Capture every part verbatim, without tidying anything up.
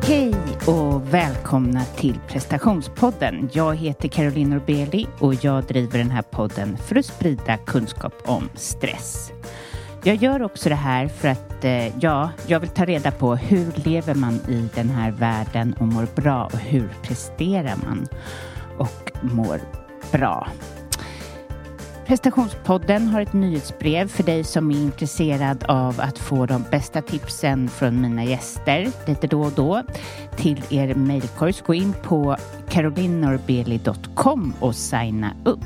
Hej och välkomna till prestationspodden. Jag heter Caroline Norbeli och jag driver den här podden för att sprida kunskap om stress. Jag gör också det här för att eh, ja, jag vill ta reda på hur lever man i den här världen och mår bra och hur presterar man och mår bra. Prestationspodden har ett nyhetsbrev för dig som är intresserad av att få de bästa tipsen från mina gäster lite då och då till er mejlkorg. Gå in på caroline norbeli dot com och signa upp.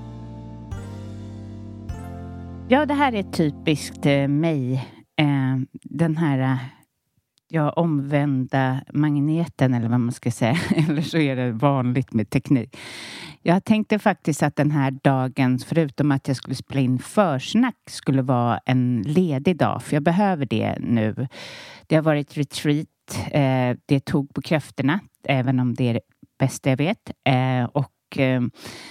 Ja, det här är typiskt eh, mig. Eh, den här eh, ja, omvända magneten eller vad man ska säga. Eller så är det vanligt med teknik. Jag tänkte faktiskt att den här dagen, förutom att jag skulle spela in försnack, skulle vara en ledig dag. För jag behöver det nu. Det har varit retreat. Eh, det tog på krafterna. Även om det är det bästa jag vet. Eh, och... Eh,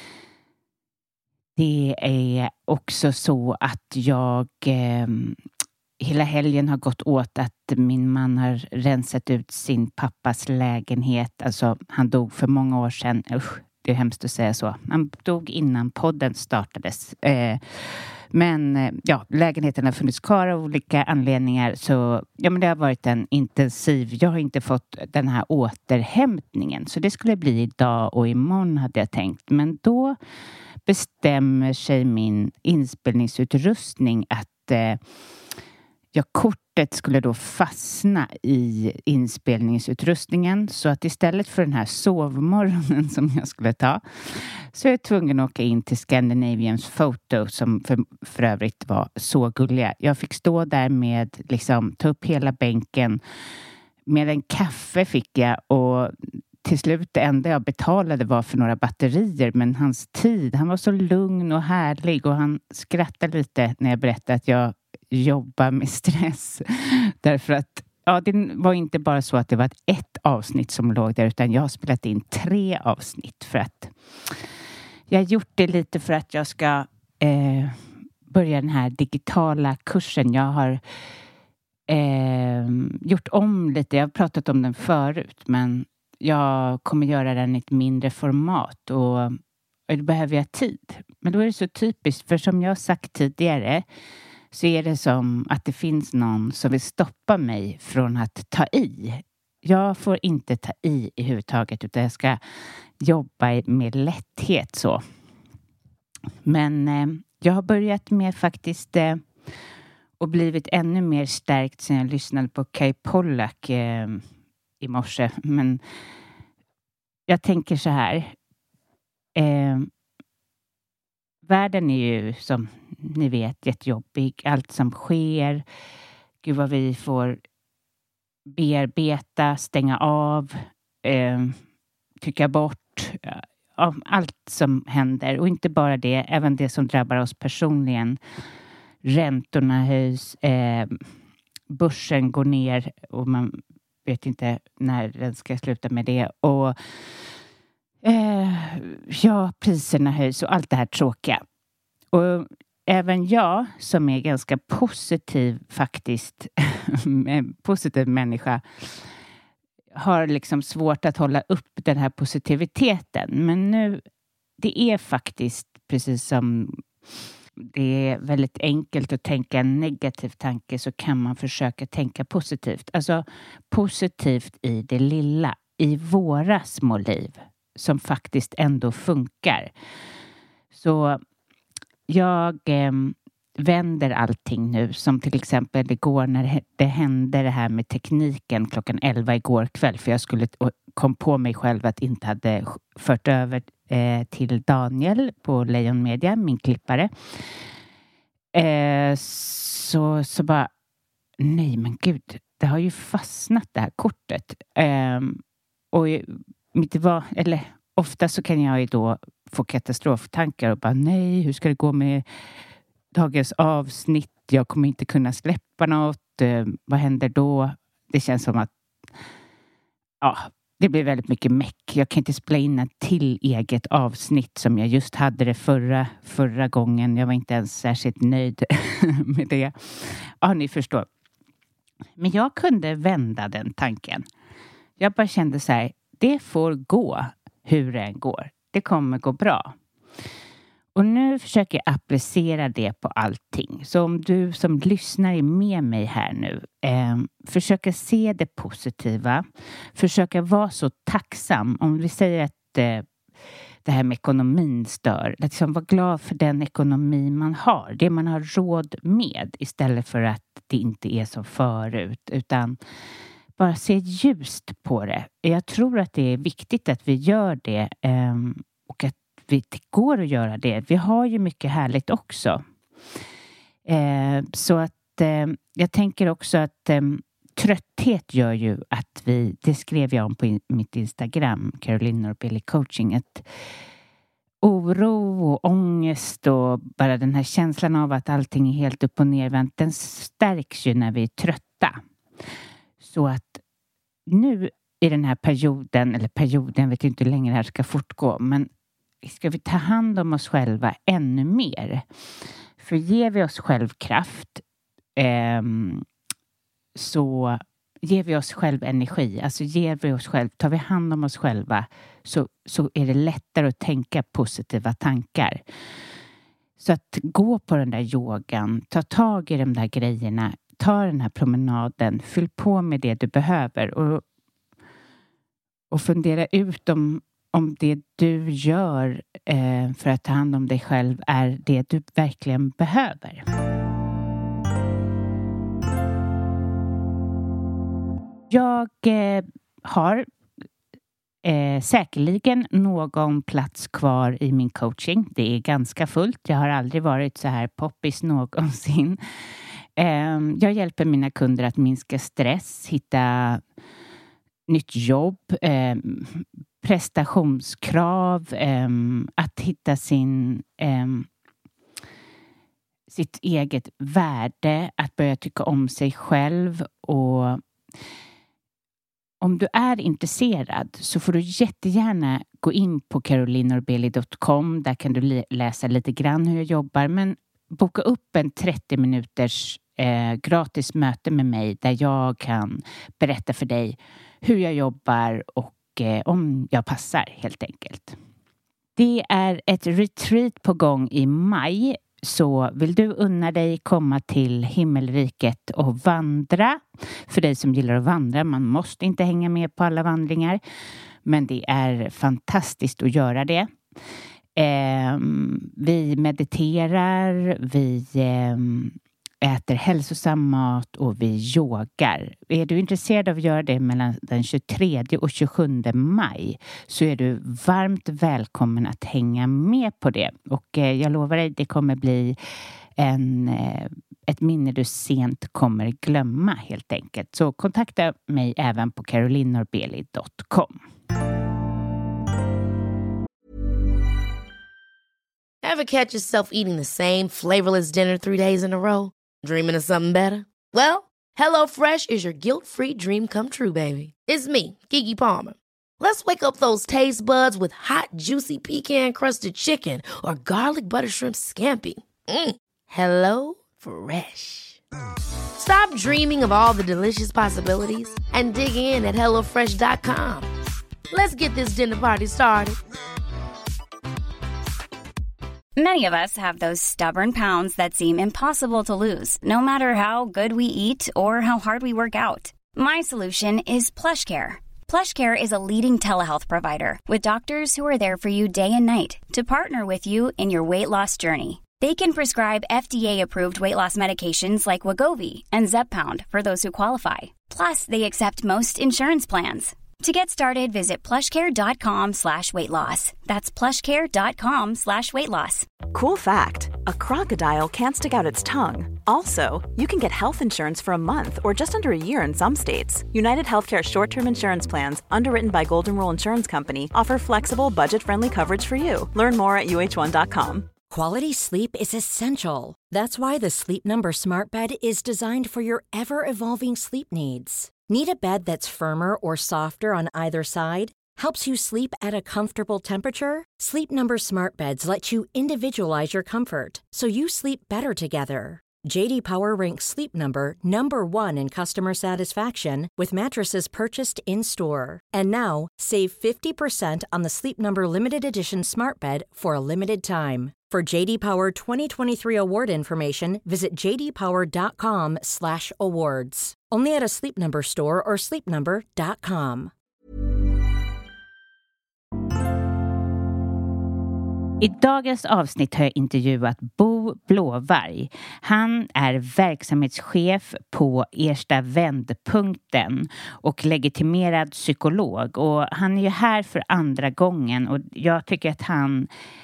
Det är också så att jag eh, hela helgen har gått åt att min man har rensat ut sin pappas lägenhet. Alltså han dog för många år sedan. Usch, det är hemskt att säga så. Han dog innan podden startades. Eh, men eh, ja, lägenheten har funnits kvar av olika anledningar. Så ja, men det har varit en intensiv. Jag har inte fått den här återhämtningen. Så det skulle bli idag och imorgon hade jag tänkt. Men då bestämmer sig min inspelningsutrustning att eh, ja, kortet skulle då fastna i inspelningsutrustningen. Så att istället för den här sovmorgonen som jag skulle ta så är jag tvungen att åka in till Scandinavians Photo som för, för övrigt var så gulliga. Jag fick stå där med, liksom, ta upp hela bänken. Med en kaffe fick jag och till slut det enda jag betalade var för några batterier. Men hans tid, han var så lugn och härlig och han skrattade lite när jag berättade att jag jobbar med stress. Därför att ja, det var inte bara så att det var ett avsnitt som låg där utan jag har spelat in tre avsnitt för att jag har gjort det lite för att jag ska eh, börja den här digitala kursen. Jag har eh, gjort om lite, jag har pratat om den förut men jag kommer göra den i ett mindre format och, och då behöver jag tid. Men då är det så typiskt, för som jag har sagt tidigare så är det som att det finns någon som vill stoppa mig från att ta i. Jag får inte ta i i huvudtaget utan jag ska jobba med lätthet så. Men eh, jag har börjat med faktiskt eh, och blivit ännu mer stärkt sen jag lyssnade på Kai Pollak eh, i morse. Men jag tänker så här. Eh, världen är ju som ni vet jättejobbig. Allt som sker. Gud vad vi får bearbeta, stänga av, eh, tycka bort. Ja, allt som händer. Och inte bara det. Även det som drabbar oss personligen. Räntorna höjs. Eh, börsen går ner. Och man vet inte när den ska sluta med det. Och eh, ja, priserna höjs och allt det här tråkiga. Och även jag som är ganska positiv faktiskt, en positiv människa, har liksom svårt att hålla upp den här positiviteten. Men nu, det är faktiskt precis som det är väldigt enkelt att tänka en negativ tanke så kan man försöka tänka positivt. Alltså positivt i det lilla, i våra små liv som faktiskt ändå funkar. Så jag eh, vänder allting nu som till exempel igår när det hände det här med tekniken klockan elva igår kväll för jag skulle kom på mig själv att inte hade fört över eh, till Daniel på Lejon Media, min klippare. Eh, så, så bara nej men gud, det har ju fastnat det här kortet. Eh, och mitt var, eller ofta så kan jag ju då få katastroftankar och bara nej, hur ska det gå med dagens avsnitt? Jag kommer inte kunna släppa något. Eh, vad händer då? Det känns som att ja, det blir väldigt mycket meck. Jag kan inte spela in ett till eget avsnitt som jag just hade det förra, förra gången. Jag var inte ens särskilt nöjd med det. Ja, ni förstår. Men jag kunde vända den tanken. Jag bara kände så här, det får gå hur det än går. Det kommer gå bra. Och nu försöker jag applicera det på allting. Så om du som lyssnar är med mig här nu. Eh, försöka se det positiva. Försöka vara så tacksam. Om vi säger att eh, det här med ekonomin stör. Liksom vara glad för den ekonomi man har. Det man har råd med. Istället för att det inte är som förut. Utan bara se ljust på det. Jag tror att det är viktigt att vi gör det. Eh, och att det går att göra det. Vi har ju mycket härligt också. Eh, så att eh, jag tänker också att eh, trötthet gör ju att vi, det skrev jag om på in, mitt Instagram, Caroline Norbeli coaching, att oro och ångest och bara den här känslan av att allting är helt upp och nervänt, den stärks ju när vi är trötta. Så att nu i den här perioden, eller perioden, jag vet inte hur länge det här ska fortgå, men ska vi ta hand om oss själva ännu mer? För ger vi oss själv kraft eh, så ger vi oss själv energi. Alltså ger vi oss själv, tar vi hand om oss själva så, så är det lättare att tänka positiva tankar. Så att gå på den där yogan, ta tag i de där grejerna, ta den här promenaden, fyll på med det du behöver och, och fundera ut om Om det du gör eh, för att ta hand om dig själv är det du verkligen behöver. Jag eh, har eh, säkerligen någon plats kvar i min coaching. Det är ganska fullt. Jag har aldrig varit så här poppis någonsin. Eh, jag hjälper mina kunder att minska stress, hitta nytt jobb, eh, prestationskrav, eh, att hitta sin, eh, sitt eget värde, att börja tycka om sig själv. Och om du är intresserad så får du jättegärna gå in på caroline norbeli dot com. Där kan du läsa lite grann hur jag jobbar, men boka upp en trettio minuters eh, gratis möte med mig där jag kan berätta för dig hur jag jobbar och eh, om jag passar helt enkelt. Det är ett retreat på gång i maj, så vill du unna dig komma till himmelriket och vandra. För dig som gillar att vandra, man måste inte hänga med på alla vandringar, men det är fantastiskt att göra det. Eh, vi mediterar, vi eh, äter hälsosam mat och vi yogar. Är du intresserad av att göra det mellan den tjugotredje och tjugosjunde maj så är du varmt välkommen att hänga med på det. Och eh, jag lovar dig, det kommer bli en, eh, ett minne du sent kommer glömma helt enkelt. Så kontakta mig även på caroline norbeli dot com. Ever catch yourself eating the same flavorless dinner three days in a row? Dreaming of something better? Well, HelloFresh is your guilt-free dream come true, baby. It's me, Keke Palmer. Let's wake up those taste buds with hot, juicy pecan-crusted chicken or garlic butter shrimp scampi. Mm. Hello Fresh. Stop dreaming of all the delicious possibilities and dig in at hello fresh dot com. Let's get this dinner party started. Many of us have those stubborn pounds that seem impossible to lose, no matter how good we eat or how hard we work out. My solution is PlushCare. PlushCare is a leading telehealth provider with doctors who are there for you day and night to partner with you in your weight loss journey. They can prescribe F D A-approved weight loss medications like Wegovy and Zepbound for those who qualify. Plus, they accept most insurance plans. To get started, visit plushcare.com slash weight loss. That's plushcare.com slash weight loss. Cool fact, a crocodile can't stick out its tongue. Also, you can get health insurance for a month or just under a year in some states. United Healthcare short-term insurance plans, underwritten by Golden Rule Insurance Company, offer flexible, budget-friendly coverage for you. Learn more at U H one dot com. Quality sleep is essential. That's why the Sleep Number Smart Bed is designed for your ever-evolving sleep needs. Need a bed that's firmer or softer on either side? Helps you sleep at a comfortable temperature? Sleep Number Smart Beds let you individualize your comfort so you sleep better together. J D Power ranks Sleep Number number one in customer satisfaction with mattresses purchased in-store. And now, save fifty percent on the Sleep Number Limited Edition Smart Bed for a limited time. For J D Power twenty twenty-three award information, visit j d power dot com slash awards. Only at a Sleep Number store or sleep number dot com. I dagens avsnitt har jag intervjuat Bo Blåvarg. Han är verksamhetschef på Ersta Vändpunkten och legitimerad psykolog. Och han är ju här för andra gången och jag tycker att han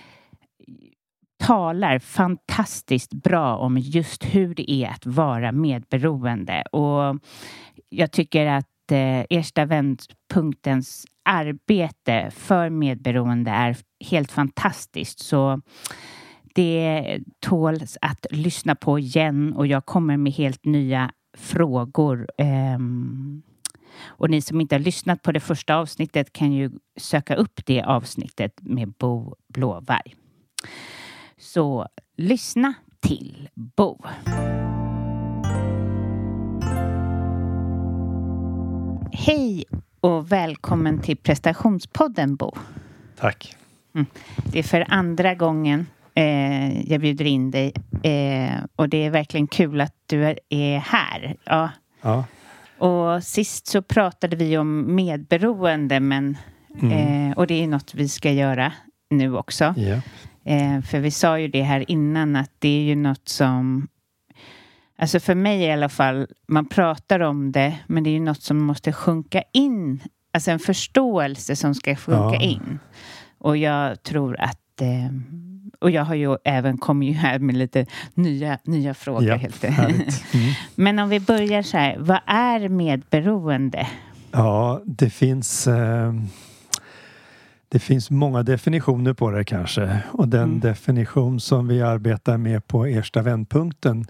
talar fantastiskt bra om just hur det är att vara medberoende. Och jag tycker att eh, Ersta Vändpunktens arbete för medberoende är helt fantastiskt. Så det tåls att lyssna på igen och jag kommer med helt nya frågor. Um, och ni som inte har lyssnat på det första avsnittet kan ju söka upp det avsnittet med Bo Blåvarg. Så lyssna till Bo. Hej och välkommen till prestationspodden, Bo. Tack. Mm. Det är för andra gången eh, jag bjuder in dig eh, och det är verkligen kul att du är här. Ja. Ja. Och sist så pratade vi om medberoende, men, mm. eh, och det är något vi ska göra nu också. Yeah. Eh, för vi sa ju det här innan att det är ju något som, alltså för mig i alla fall, man pratar om det, men det är ju något som måste sjunka in. Alltså en förståelse som ska sjunka ja. in. Och jag tror att, eh, och jag har ju även kommit ju här med lite nya, nya frågor. Ja, helt mm. Men om vi börjar så här, vad är medberoende? Ja, det finns... Eh... Det finns många definitioner på det kanske. Och den mm. definition som vi arbetar med på Ersta Vändpunkten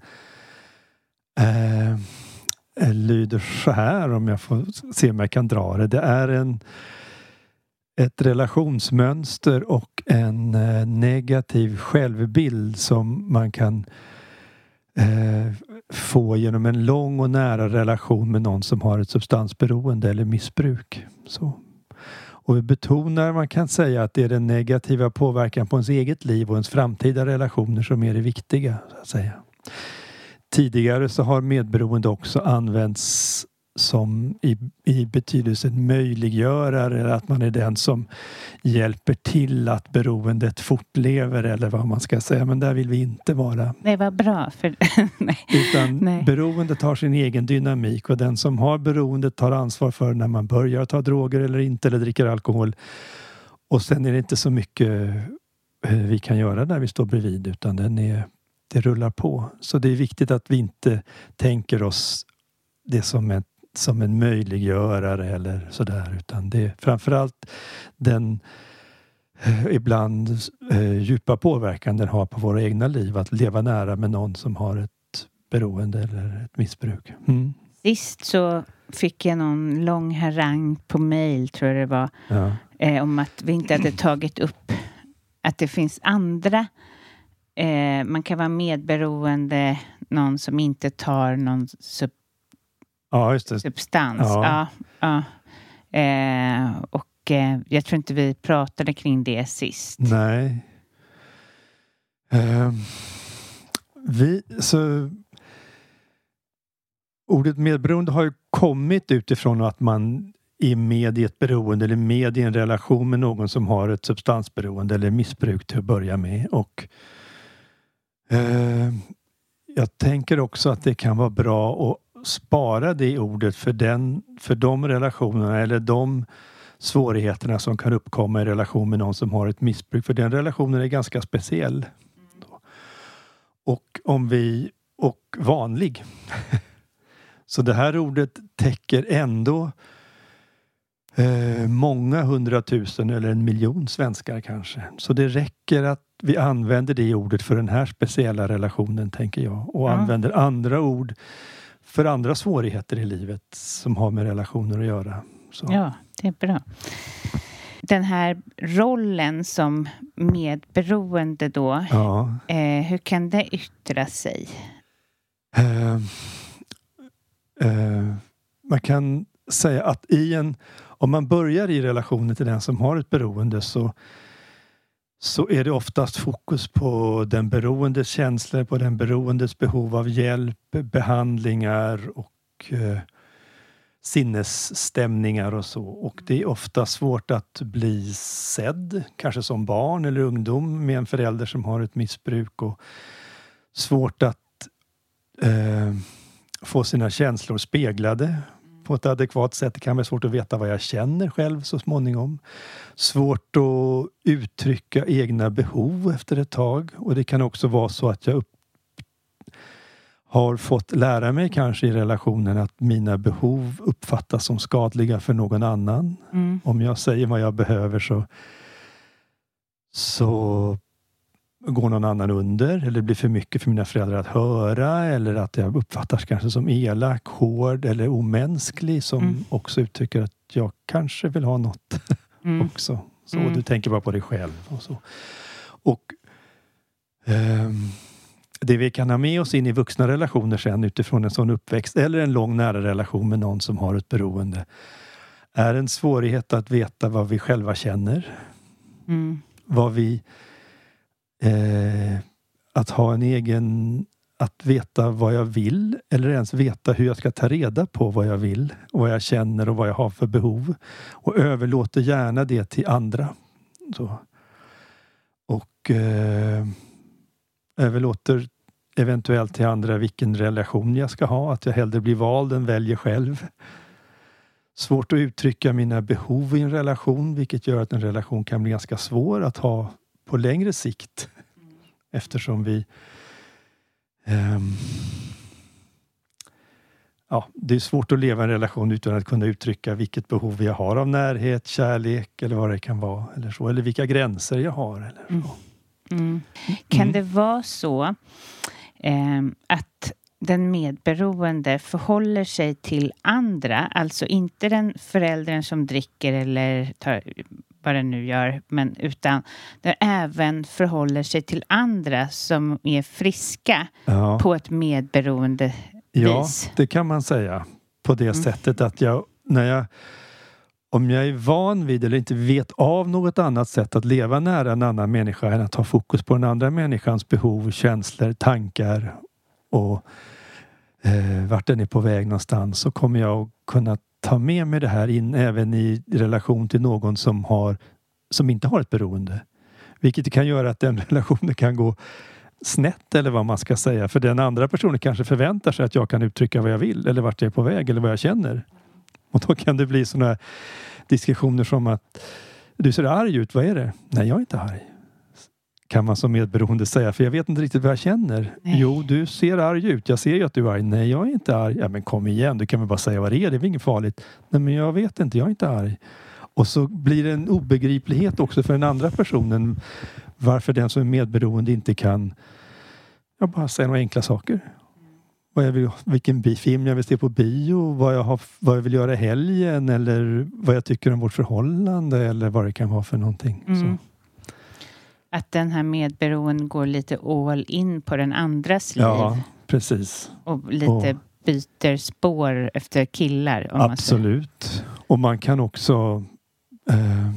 eh, lyder så här, om jag får se om jag kan dra det. Det är en, ett relationsmönster och en eh, negativ självbild som man kan eh, få genom en lång och nära relation med någon som har ett substansberoende eller missbruk. Så. Och vi betonar, man kan säga att det är den negativa påverkan på ens eget liv och ens framtida relationer som är det viktiga, så att säga. Tidigare så har medberoende också använts som i, i betydelsen möjliggörare, att man är den som hjälper till att beroendet fortlever eller vad man ska säga, men där vill vi inte vara. Det var bra för nej. Utan nej. Beroendet har sin egen dynamik och den som har beroendet tar ansvar för när man börjar ta droger eller inte, eller dricker alkohol. Och sen är det inte så mycket vi kan göra där vi står bredvid, utan den är, det rullar på. Så det är viktigt att vi inte tänker oss det som ett som en möjliggörare eller sådär, utan det är framförallt den eh, ibland eh, djupa påverkan den har på våra egna liv, att leva nära med någon som har ett beroende eller ett missbruk. Mm. Sist så fick jag någon lång harang på mejl, tror jag det var, ja. eh, om att vi inte hade tagit upp att det finns andra, eh, man kan vara medberoende, någon som inte tar någon sub Ja, just det. substans. Ja. Ja, ja. Eh, och eh, jag tror inte vi pratade kring det sist. Nej. Eh, vi, så ordet medberoende har ju kommit utifrån att man är med i ett beroende eller med i en relation med någon som har ett substansberoende eller missbruk till att börja med. Och eh, jag tänker också att det kan vara bra att spara det ordet för, den, för de relationerna eller de svårigheterna som kan uppkomma i relation med någon som har ett missbruk. För den relationen är ganska speciell. Mm. Och om vi och vanlig. Så det här ordet täcker ändå eh, många hundratusen eller en miljon svenskar kanske. Så det räcker att vi använder det ordet för den här speciella relationen, tänker jag. Och mm. använder andra ord för andra svårigheter i livet som har med relationer att göra. Så. Ja, det är bra. Den här rollen som medberoende då, ja. eh, hur kan det yttra sig? Uh, uh, man kan säga att i en, om man börjar i relationen till den som har ett beroende så, så är det oftast fokus på den beroendes känslor, på den beroendes behov av hjälp, behandlingar och uh, sinnesstämningar och så. Och det är ofta svårt att bli sedd, kanske som barn eller ungdom med en förälder som har ett missbruk, och svårt att eh, få sina känslor speglade på ett adekvat sätt. Det kan vara svårt att veta vad jag känner själv så småningom. Svårt att uttrycka egna behov efter ett tag, och det kan också vara så att jag upp har fått lära mig kanske i relationen att mina behov uppfattas som skadliga för någon annan. Mm. Om jag säger vad jag behöver så, så går någon annan under, eller det blir för mycket för mina föräldrar att höra, eller att jag uppfattas kanske som elak, hård eller omänsklig, som mm. också uttrycker att jag kanske vill ha något mm. också. Så mm. du tänker bara på dig själv och så. Och ehm, det vi kan ha med oss in i vuxna relationer sen utifrån en sån uppväxt eller en lång nära relation med någon som har ett beroende är en svårighet att veta vad vi själva känner. Mm. Vad vi eh, att ha en egen, att veta vad jag vill, eller ens veta hur jag ska ta reda på vad jag vill och vad jag känner och vad jag har för behov, och överlåter gärna det till andra. Så. Och eh, överlåter eventuellt till andra vilken relation jag ska ha. Att jag hellre blir vald än väljer själv. Svårt att uttrycka mina behov i en relation, vilket gör att en relation kan bli ganska svår att ha på längre sikt. Eftersom vi um, ja, det är svårt att leva en relation utan att kunna uttrycka vilket behov jag har av närhet, kärlek eller vad det kan vara. Eller, så, eller vilka gränser jag har. Eller så. Mm. Mm. Kan mm. det vara så eh, att den medberoende förhåller sig till andra, alltså inte den föräldern som dricker eller tar, vad den nu gör, men utan den även förhåller sig till andra som är friska ja. på ett medberoende ja, vis? Ja, det kan man säga på det mm. sättet att jag, när jag om jag är van vid eller inte vet av något annat sätt att leva nära en annan människa än att ha fokus på den andra människans behov, känslor, tankar och eh, vart den är på väg någonstans, så kommer jag att kunna ta med mig det här in även i relation till någon som, har, som inte har ett beroende. Vilket kan göra att den relationen kan gå snett, eller vad man ska säga. För den andra personen kanske förväntar sig att jag kan uttrycka vad jag vill eller vart jag är på väg eller vad jag känner. Och då kan det bli sådana här diskussioner som att du ser arg ut, vad är det? Nej, jag är inte arg. Kan man som medberoende säga, för jag vet inte riktigt vad jag känner. Nej. Jo, du ser arg ut. Jag ser ju att du är arg. Nej, jag är inte arg. Ja, men kom igen, du kan väl bara säga vad det är. Det är väl inget farligt. Nej, men jag vet inte, jag är inte arg. Och så blir det en obegriplighet också för den andra personen. Varför den som är medberoende inte kan jag bara säga några enkla saker. Vad jag vill, vilken film jag vill se på bio, vad jag, har, vad jag vill göra i helgen, eller vad jag tycker om vårt förhållande, eller vad det kan vara för någonting. Mm. Så. Att den här medberoenden går lite all in på den andras liv. Ja, precis. Och lite och, byter spår efter killar. Om absolut. Man och man kan också eh,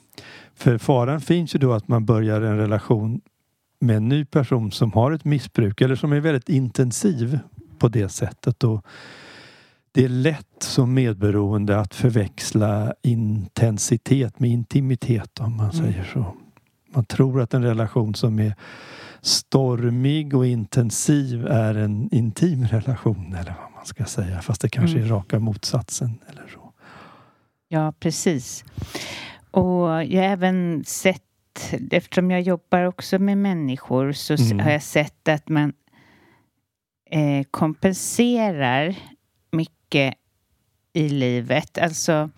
för faran finns ju då att man börjar en relation med en ny person som har ett missbruk eller som är väldigt intensiv på det sättet. Och det är lätt som medberoende att förväxla intensitet med intimitet, om man mm. säger så. Man tror att en relation som är stormig och intensiv är en intim relation, eller vad man ska säga. Fast det kanske mm. är raka motsatsen eller så. Ja, precis. Och jag har även sett, eftersom jag jobbar också med människor, så mm. har jag sett att man eh, kompenserar mycket i livet. Alltså,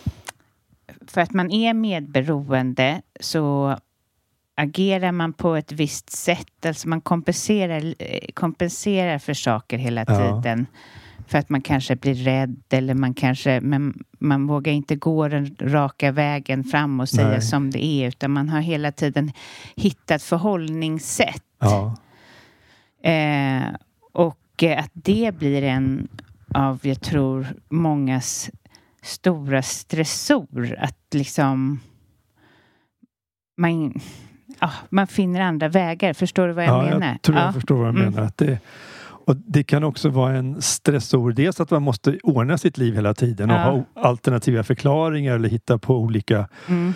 för att man är medberoende så agerar man på ett visst sätt. Alltså man kompenserar, kompenserar för saker hela tiden. Ja. För att man kanske blir rädd, eller man kanske, men man vågar inte gå den raka vägen fram och säga Nej. Som det är, utan man har hela tiden hittat förhållningssätt. Ja. Eh, och eh, att det blir en av, jag tror, mångas stora stressor. Att liksom man, ja, man finner andra vägar. Förstår du vad jag ja, menar? Jag tror jag ja. förstår vad jag mm. menar. Att det, och det kan också vara en stressor. Dels att man måste ordna sitt liv hela tiden och ja. ha alternativa förklaringar eller hitta på olika mm.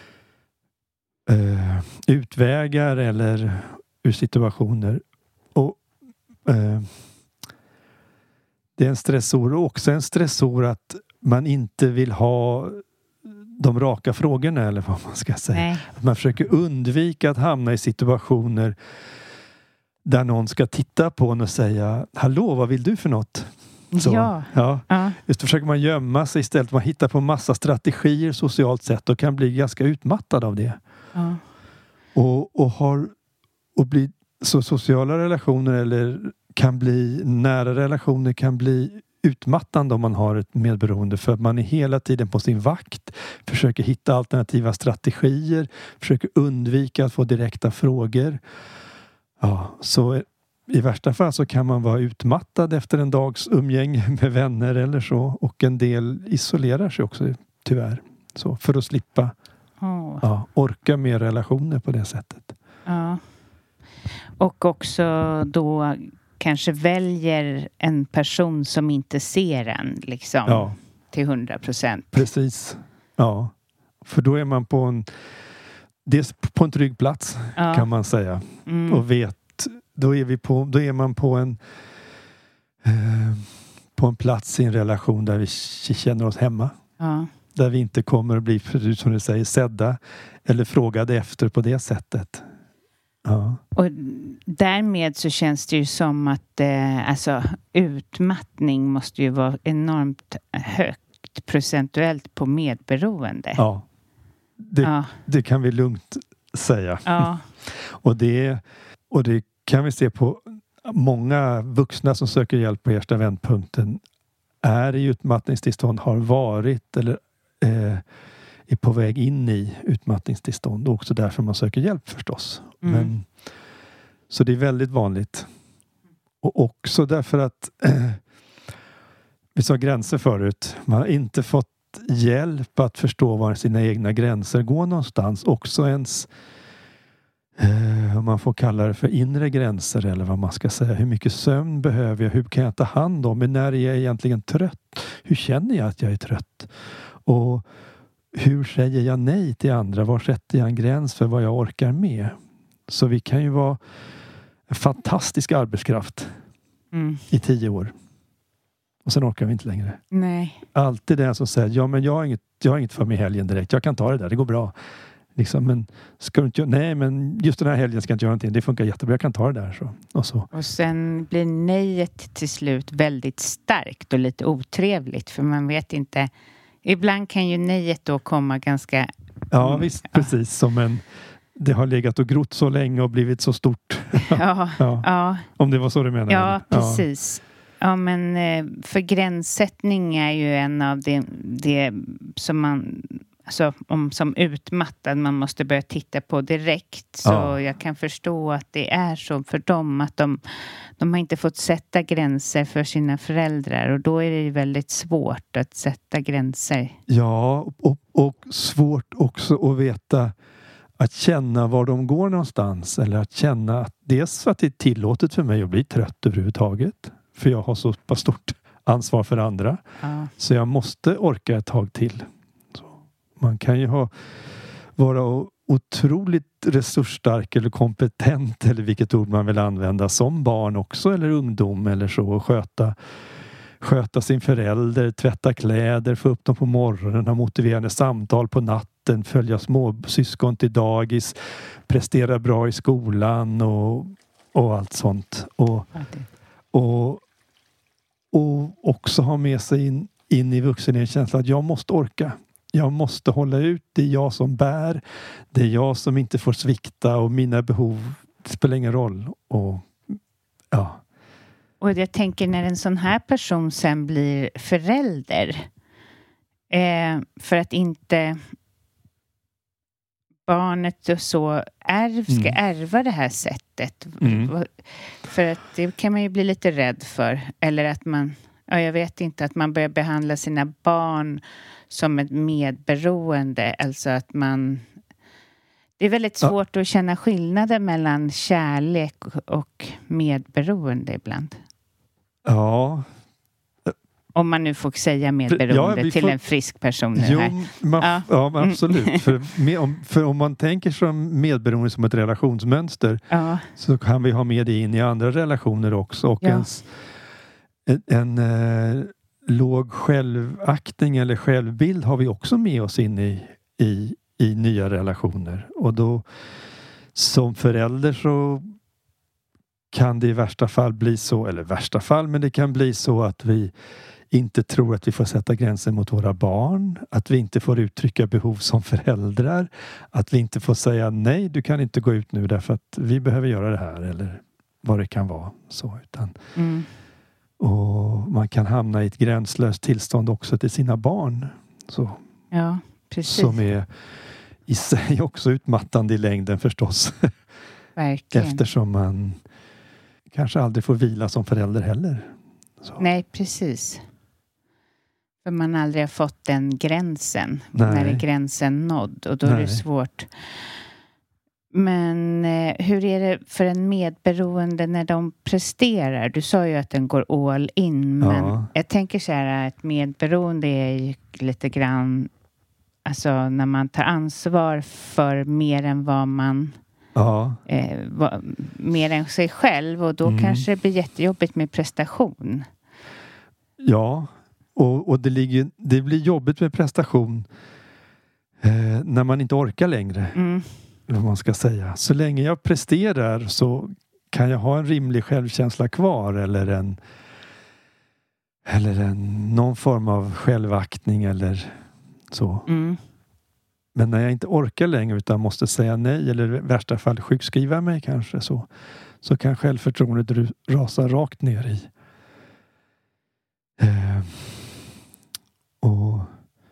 uh, utvägar eller ur situationer. Och uh, det är en stressor och också en stressor att man inte vill ha de raka frågorna eller vad man ska säga. Nej. Att man försöker undvika att hamna i situationer där någon ska titta på en och säga hallå, vad vill du för något? Så, ja. ja. ja. Just försöker man gömma sig istället. Man hittar på massa strategier socialt sett och kan bli ganska utmattad av det. Ja. Och, och har och bli så sociala relationer eller kan bli nära relationer kan bli utmattande om man har ett medberoende för att man är hela tiden på sin vakt, försöker hitta alternativa strategier, försöker undvika att få direkta frågor. Ja, så i värsta fall så kan man vara utmattad efter en dags umgänge med vänner eller så, och en del isolerar sig också tyvärr så för att slippa oh. ja, orka med relationer på det sättet. Ja. Och också då kanske väljer en person som inte ser en liksom Ja. till hundra procent. Precis. Ja. För då är man på en dels på en trygg plats Ja. kan man säga. Mm. Och vet då är vi på då är man på en eh, på en plats i en relation där vi känner oss hemma. Ja. Där vi inte kommer att bli, som du säger, sedda eller frågade efter på det sättet. Ja. Och därmed så känns det ju som att eh, alltså, utmattning måste ju vara enormt högt procentuellt på medberoende. Ja. Det, ja. det kan vi lugnt säga. Ja. och, det, och det kan vi se på många vuxna som söker hjälp på Ersta vändpunkten är i utmattningstillstånd, har varit eller eh, är på väg in i utmattningstillstånd. Och också därför man söker hjälp förstås. Mm. Men, så det är väldigt vanligt. Och också därför att eh, vi sa gränser förut. Man har inte fått hjälp att förstå var sina egna gränser går någonstans. Också ens eh, om man får kalla det för inre gränser eller vad man ska säga. Hur mycket sömn behöver jag? Hur kan jag ta hand om mig? När är jag egentligen trött? Hur känner jag att jag är trött? Och hur säger jag nej till andra? Var sätter jag en gräns för vad jag orkar med? Så vi kan ju vara en fantastisk arbetskraft Mm. i tio år. Och sen orkar vi inte längre. Nej. Alltid den som säger, ja men jag har inget, jag har inget för mig i helgen direkt. Jag kan ta det där, det går bra. Liksom, men ska du inte göra, nej men just den här helgen ska jag inte göra någonting. Det funkar jättebra, jag kan ta det där. Så. Och, så. Och sen blir nejet till slut väldigt starkt och lite otrevligt. För man vet inte. Ibland kan ju nejet då komma ganska... Ja mm, visst, ja. Precis som en... Det har legat och grott så länge och blivit så stort. Ja, ja. ja. Om det var så du menar. Ja, precis. Ja, ja men för gränssättning är ju en av det, det som man... Alltså, om, som utmattad man måste börja titta på direkt. Så ja. Jag kan förstå att det är så för dem. Att de, de har inte fått sätta gränser för sina föräldrar. Och då är det väldigt svårt att sätta gränser. Ja, och, och svårt också att veta... Att känna var de går någonstans. Eller att känna att dels att det är tillåtet för mig att bli trött överhuvudtaget. För jag har så pass stort ansvar för andra. Ja. Så jag måste orka ett tag till. Så man kan ju ha vara otroligt resursstark eller kompetent. Eller vilket ord man vill använda som barn också. Eller ungdom eller så. Och sköta, sköta sin förälder. Tvätta kläder. Få upp dem på morgonen. Ha motiverande samtal på natten. Följa små syskon till dagis, prestera bra i skolan och, och allt sånt. Och, och, och också ha med sig in, in i vuxen en känsla att jag måste orka. Jag måste hålla ut. Det är jag som bär. Det är jag som inte får svikta och mina behov spelar ingen roll. Och, ja. och jag tänker när en sån här person sen blir förälder eh, för att inte barnet och så ärv, ska Mm. ärva det här sättet. Mm. För att det kan man ju bli lite rädd för. Eller att man, ja, jag vet inte, att man börjar behandla sina barn som ett medberoende. Alltså att man... Det är väldigt svårt ja. att känna skillnaden mellan kärlek och medberoende ibland. Ja. Om man nu får säga medberoende ja, till får... en frisk person nu jo, här. Man, ja. ja, absolut. Mm. för, med, om, för om man tänker som medberoende som ett relationsmönster ja. så kan vi ha med det in i andra relationer också. Och ja. ens, en, en eh, låg självaktning eller självbild har vi också med oss in i, i, i nya relationer. Och då som förälder så kan det i värsta fall bli så, eller värsta fall, men det kan bli så att vi inte tror att vi får sätta gränser mot våra barn. Att vi inte får uttrycka behov som föräldrar. Att vi inte får säga nej, du kan inte gå ut nu därför att vi behöver göra det här. Eller vad det kan vara. Så, utan, mm. Och man kan hamna i ett gränslöst tillstånd också till sina barn. Så, ja, precis. Som är i sig också utmattande i längden förstås. Verkligen. Eftersom man kanske aldrig får vila som förälder heller. Så. Nej, precis. För man aldrig har fått den gränsen. Nej. När är gränsen nådd. Och då Nej. är det svårt. Men eh, hur är det för en medberoende när de presterar? Du sa ju att den går all in. Men ja. jag tänker så här, att medberoende är ju lite grann... Alltså när man tar ansvar för mer än vad man... Ja. Eh, va, mer än sig själv. Och då mm. kanske det blir jättejobbigt med prestation. Ja. Och, och det, ligger, det blir jobbigt med prestation eh, när man inte orkar längre. Mm. Vad man ska säga. Så länge jag presterar så kan jag ha en rimlig självkänsla kvar. Eller en, eller en någon form av självaktning eller så. Mm. Men när jag inte orkar längre utan måste säga nej eller i värsta fall sjukskriva mig kanske så, så kan självförtroendet rasa rakt ner i. Eh, och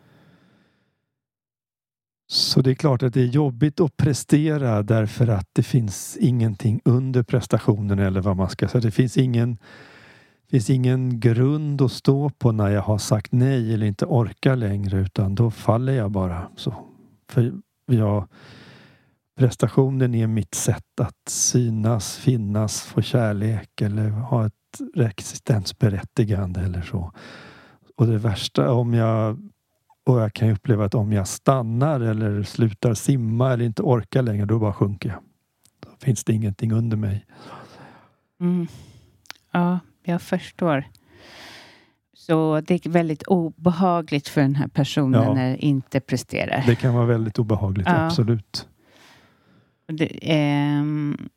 så det är klart att det är jobbigt att prestera därför att det finns ingenting under prestationen eller vad man ska säga. Det finns ingen, finns ingen grund att stå på när jag har sagt nej eller inte orkar längre utan då faller jag bara så. För jag, prestationen är mitt sätt att synas, finnas, få kärlek eller ha ett existensberättigande eller så. Och det värsta om jag, och jag kan ju uppleva att om jag stannar eller slutar simma eller inte orkar längre, då bara sjunker jag. Då finns det ingenting under mig. Mm. Ja, jag förstår. Så det är väldigt obehagligt för den här personen ja. när det inte presterar. Det kan vara väldigt obehagligt, ja. absolut. Det, ähm,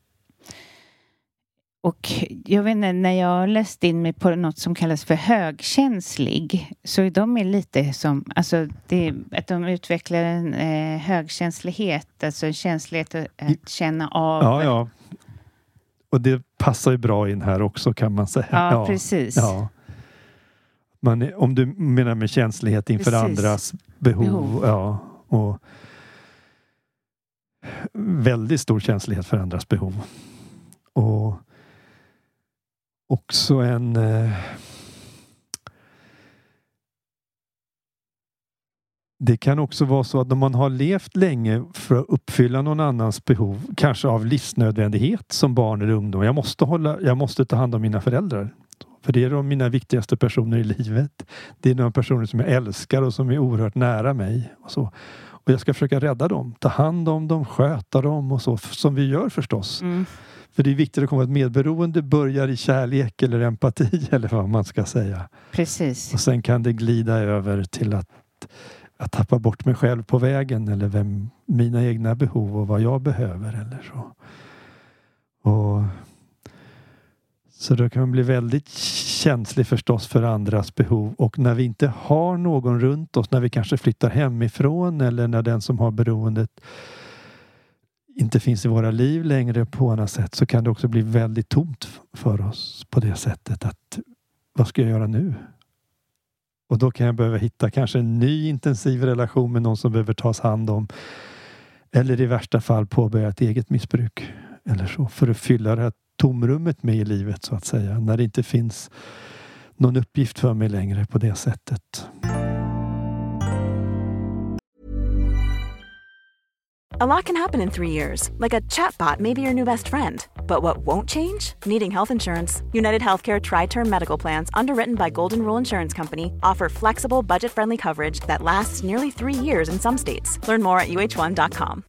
och jag vet inte, när jag läste in mig på något som kallas för högkänslig så är de är lite som, alltså det, att de utvecklar en eh, högkänslighet, alltså en känslighet att, att känna av. Ja, ja. Och det passar ju bra in här också kan man säga. Ja, ja. precis. Ja. Man är, om du menar med känslighet inför Precis. andras behov, behov. Ja, och väldigt stor känslighet för andras behov. Och också en eh, det kan också vara så att om man har levt länge för att uppfylla någon annans behov, kanske av livsnödvändighet som barn eller ungdom. Jag måste hålla, jag måste ta hand om mina föräldrar. För det är de mina viktigaste personer i livet. Det är de personer som jag älskar och som är oerhört nära mig. Och, så. Och jag ska försöka rädda dem. Ta hand om dem, sköta dem och så. Som vi gör förstås. Mm. För det är viktigt att komma att medberoende börjar i kärlek eller empati. Eller vad man ska säga. Precis. Och sen kan det glida över till att, att tappa bort mig själv på vägen. Eller vem, mina egna behov och vad jag behöver. Eller så. Och... Så då kan man bli väldigt känslig förstås för andras behov. Och när vi inte har någon runt oss, när vi kanske flyttar hemifrån eller när den som har beroendet inte finns i våra liv längre på annat sätt, så kan det också bli väldigt tomt för oss på det sättet att vad ska jag göra nu? Och då kan jag behöva hitta kanske en ny intensiv relation med någon som behöver tas hand om. Eller i värsta fall påbörja ett eget missbruk. Eller så. För att fylla det här tomrummet med i livet så att säga. När det inte finns någon uppgift för mig längre på det sättet. A lot can happen in three years, like a chatbot may be your new best friend. But what won't change? Needing health insurance. United Healthcare Tri-Term Medical Plans, underwritten by Golden Rule Insurance Company, offer flexible, budget-friendly coverage that lasts nearly three years in some states. Learn more at U H one dot com.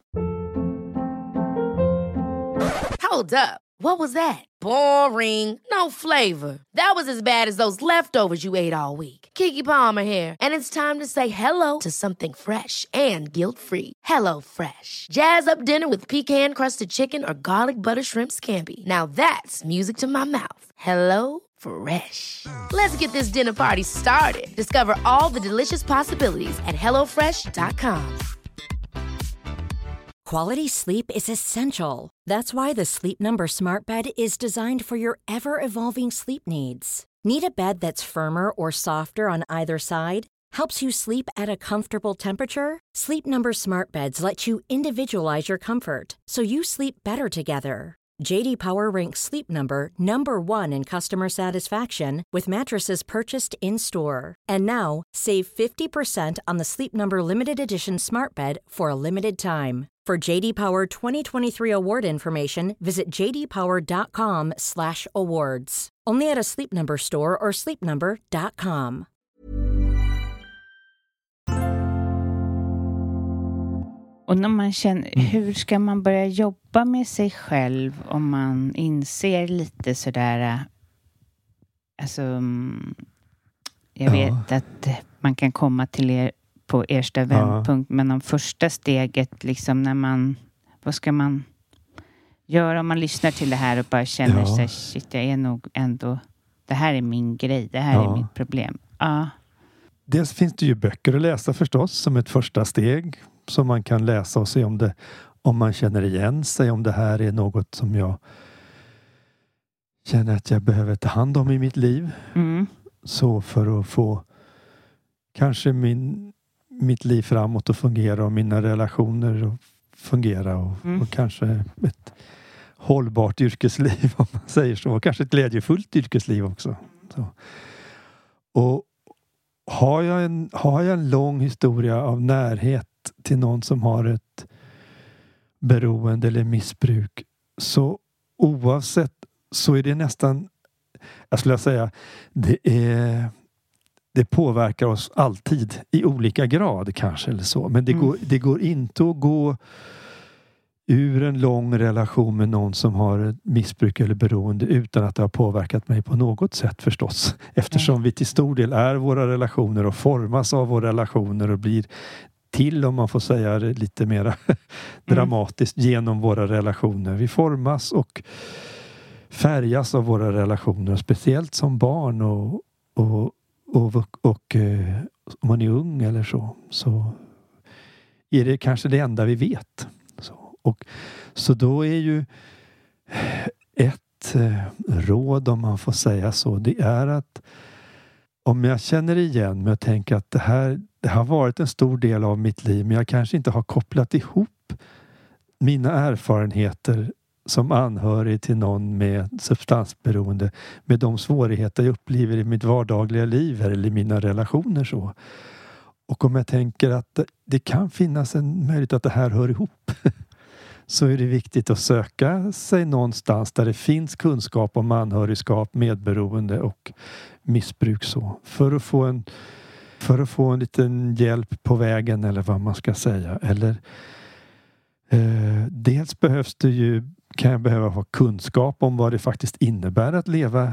Hold up. What was that? Boring. No flavor. That was as bad as those leftovers you ate all week. Keke Palmer here, and it's time to say hello to something fresh and guilt-free. Hello Fresh. Jazz up dinner with pecan-crusted chicken or garlic butter shrimp scampi. Now that's music to my mouth. Hello Fresh. Let's get this dinner party started. Discover all the delicious possibilities at hello fresh dot com. Quality sleep is essential. That's why the Sleep Number Smart Bed is designed for your ever-evolving sleep needs. Need a bed that's firmer or softer on either side? Helps you sleep at a comfortable temperature? Sleep Number Smart Beds let you individualize your comfort, so you sleep better together. J D Power ranks Sleep Number number one in customer satisfaction with mattresses purchased in-store. And now, save fifty percent on the Sleep Number Limited Edition Smart Bed for a limited time. For J D Power twenty twenty-three award information, visit j d power dot com slash awards. Only at a Sleep Number store or sleep number dot com. Och när man känner, hur ska man börja jobba med sig själv om man inser lite sådär, alltså jag vet ja. att man kan komma till er på ersta vändpunkt, ja. men om första steget liksom när man, vad ska man göra om man lyssnar till det här och bara känner ja. sig, shit, jag är nog ändå, det här är min grej, det här ja. är mitt problem. Ja. Dels finns det ju böcker att läsa förstås som ett första steg som man kan läsa och se om det, om man känner igen sig, om det här är något som jag känner att jag behöver ta hand om i mitt liv. Mm. Så för att få kanske min, mitt liv framåt att fungera och mina relationer att fungera och, mm. och kanske ett hållbart yrkesliv om man säger så. Och kanske ett glädjefullt yrkesliv också. Så. Och har jag, en, har jag en lång historia av närhet till någon som har ett beroende eller missbruk, så oavsett så är det nästan, jag skulle säga, det är det påverkar oss alltid i olika grad kanske eller så, men det, mm. går, det går inte att gå ur en lång relation med någon som har ett missbruk eller beroende utan att det har påverkat mig på något sätt förstås. Eftersom mm. vi till stor del är våra relationer och formas av våra relationer och blir till, om man får säga det lite mer mm. dramatiskt, genom våra relationer. Vi formas och färgas av våra relationer, speciellt som barn och, och, och, och, och eh, om man är ung eller så, så är det kanske det enda vi vet. Så, och, så då är ju ett eh, råd, om man får säga så, det är att om jag känner igen mig och tänker att det här det har varit en stor del av mitt liv, men jag kanske inte har kopplat ihop mina erfarenheter som anhörig till någon med substansberoende med de svårigheter jag upplever i mitt vardagliga liv eller i mina relationer så. Och om jag tänker att det kan finnas en möjlighet att det här hör ihop, så är det viktigt att söka sig någonstans där det finns kunskap om anhörigskap, medberoende och missbruk så. För att få en, för att få en liten hjälp på vägen eller vad man ska säga. Eller eh, dels behövs det ju, kan jag behöva ha kunskap om vad det faktiskt innebär att leva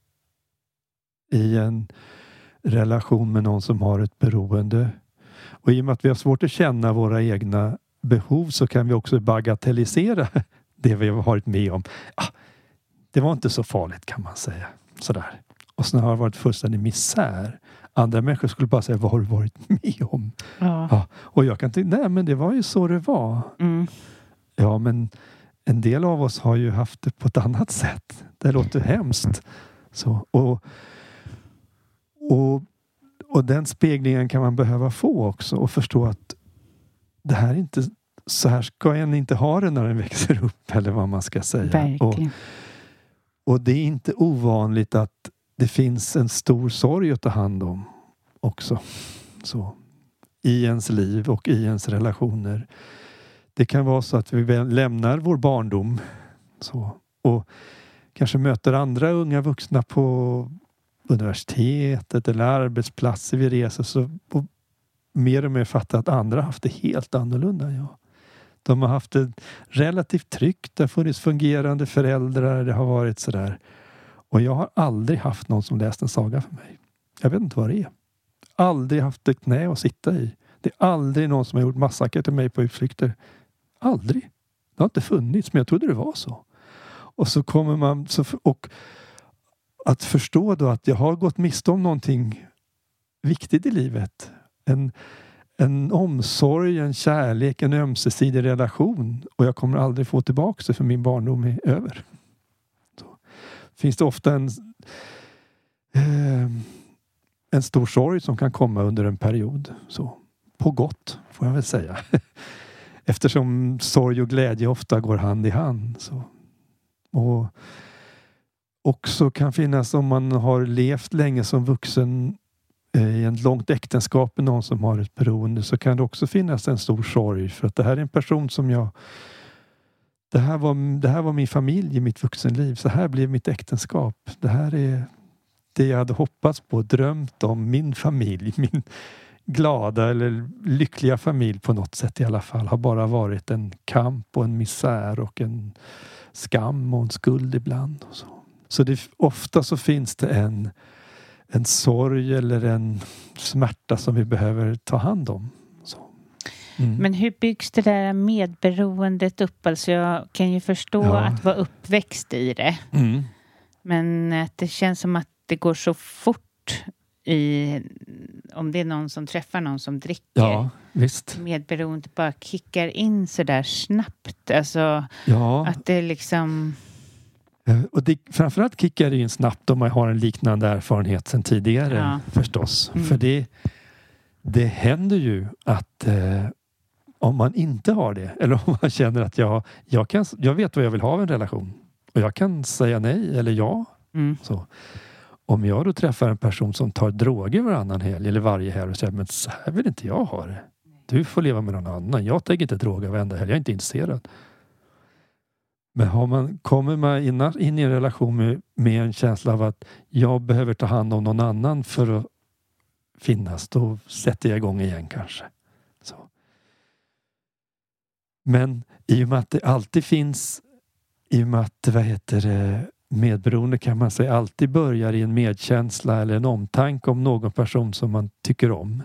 i en relation med någon som har ett beroende. Och i och med att vi har svårt att känna våra egna behov, så kan vi också bagatellisera det vi har varit med om. Ah, det var inte så farligt, kan man säga. Sådär. Och sen har det varit fullständig misär. Andra människor skulle bara säga, vad har du varit med om? Ja. Ja, och jag kan tänka, nej men det var ju så det var. Mm. Ja, men en del av oss har ju haft det på ett annat sätt. Det låter hemskt. Så, och, och, och den speglingen kan man behöva få också. Och förstå att det här är inte så här ska en inte ha det när den växer upp, eller vad man ska säga. Verkligen. Och, och det är inte ovanligt att det finns en stor sorg att ta hand om också. Så, i ens liv och i ens relationer. Det kan vara så att vi lämnar vår barndom så, och kanske möter andra unga vuxna på universitetet eller arbetsplatser vi reser, så och mer och mer fattar att andra har haft det helt annorlunda än jag. De har haft det relativt tryggt, det har funnits fungerande föräldrar, det har varit sådär. Och jag har aldrig haft någon som läst en saga för mig. Jag vet inte vad det är. Aldrig haft ett knä att sitta i. Det är aldrig någon som har gjort massakrer till mig på utflykter. Aldrig. Det har inte funnits, men jag trodde det var så. Och så kommer man... Så, och att förstå då att jag har gått miste om någonting viktigt i livet. En, en omsorg, en kärlek, en ömsesidig relation. Och jag kommer aldrig få tillbaka det, för min barndom är över. Så. Finns det ofta en... Eh, en stor sorg som kan komma under en period. Så. På gott, får jag väl säga. Eftersom sorg och glädje ofta går hand i hand. Så. Och också kan finnas, om man har levt länge som vuxen eh, i ett långt äktenskap med någon som har ett beroende, så kan det också finnas en stor sorg. För att det här är en person som jag... Det här var, det här var min familj i mitt vuxenliv. Så här blev mitt äktenskap. Det här är det jag hade hoppats på, drömt om. Min familj, min glada eller lyckliga familj på något sätt i alla fall, har bara varit en kamp och en misär och en skam och en skuld ibland. Och så så det, ofta så finns det en, en sorg eller en smärta som vi behöver ta hand om. Så. Mm. Men hur byggs det där medberoendet upp? Alltså jag kan ju förstå ja. att vara uppväxt i det. Mm. Men att det känns som att det går så fort i, om det är någon som träffar någon som dricker. Ja, visst. Medberoendet bara kickar in så där snabbt. Alltså ja. att det liksom... Och det, framförallt kickar det in snabbt om man har en liknande erfarenhet sedan tidigare, ja. förstås. Mm. För det, det händer ju att eh, om man inte har det, eller om man känner att jag, jag, kan, jag vet vad jag vill ha av en relation. Och jag kan säga nej eller ja. Mm. Så. Om jag då träffar en person som tar droger varannan helg eller varje helg och säger, men så här vill inte jag ha det. Du får leva med någon annan. Jag tänker inte droga varenda helg. Jag är inte intresserad. Men har man, kommer man in, in i en relation med, med en känsla av att jag behöver ta hand om någon annan för att finnas, då sätter jag igång igen kanske. Så. Men i och med att det alltid finns, i och med att vad heter det, medberoende kan man säga alltid börjar i en medkänsla eller en omtanke om någon person som man tycker om.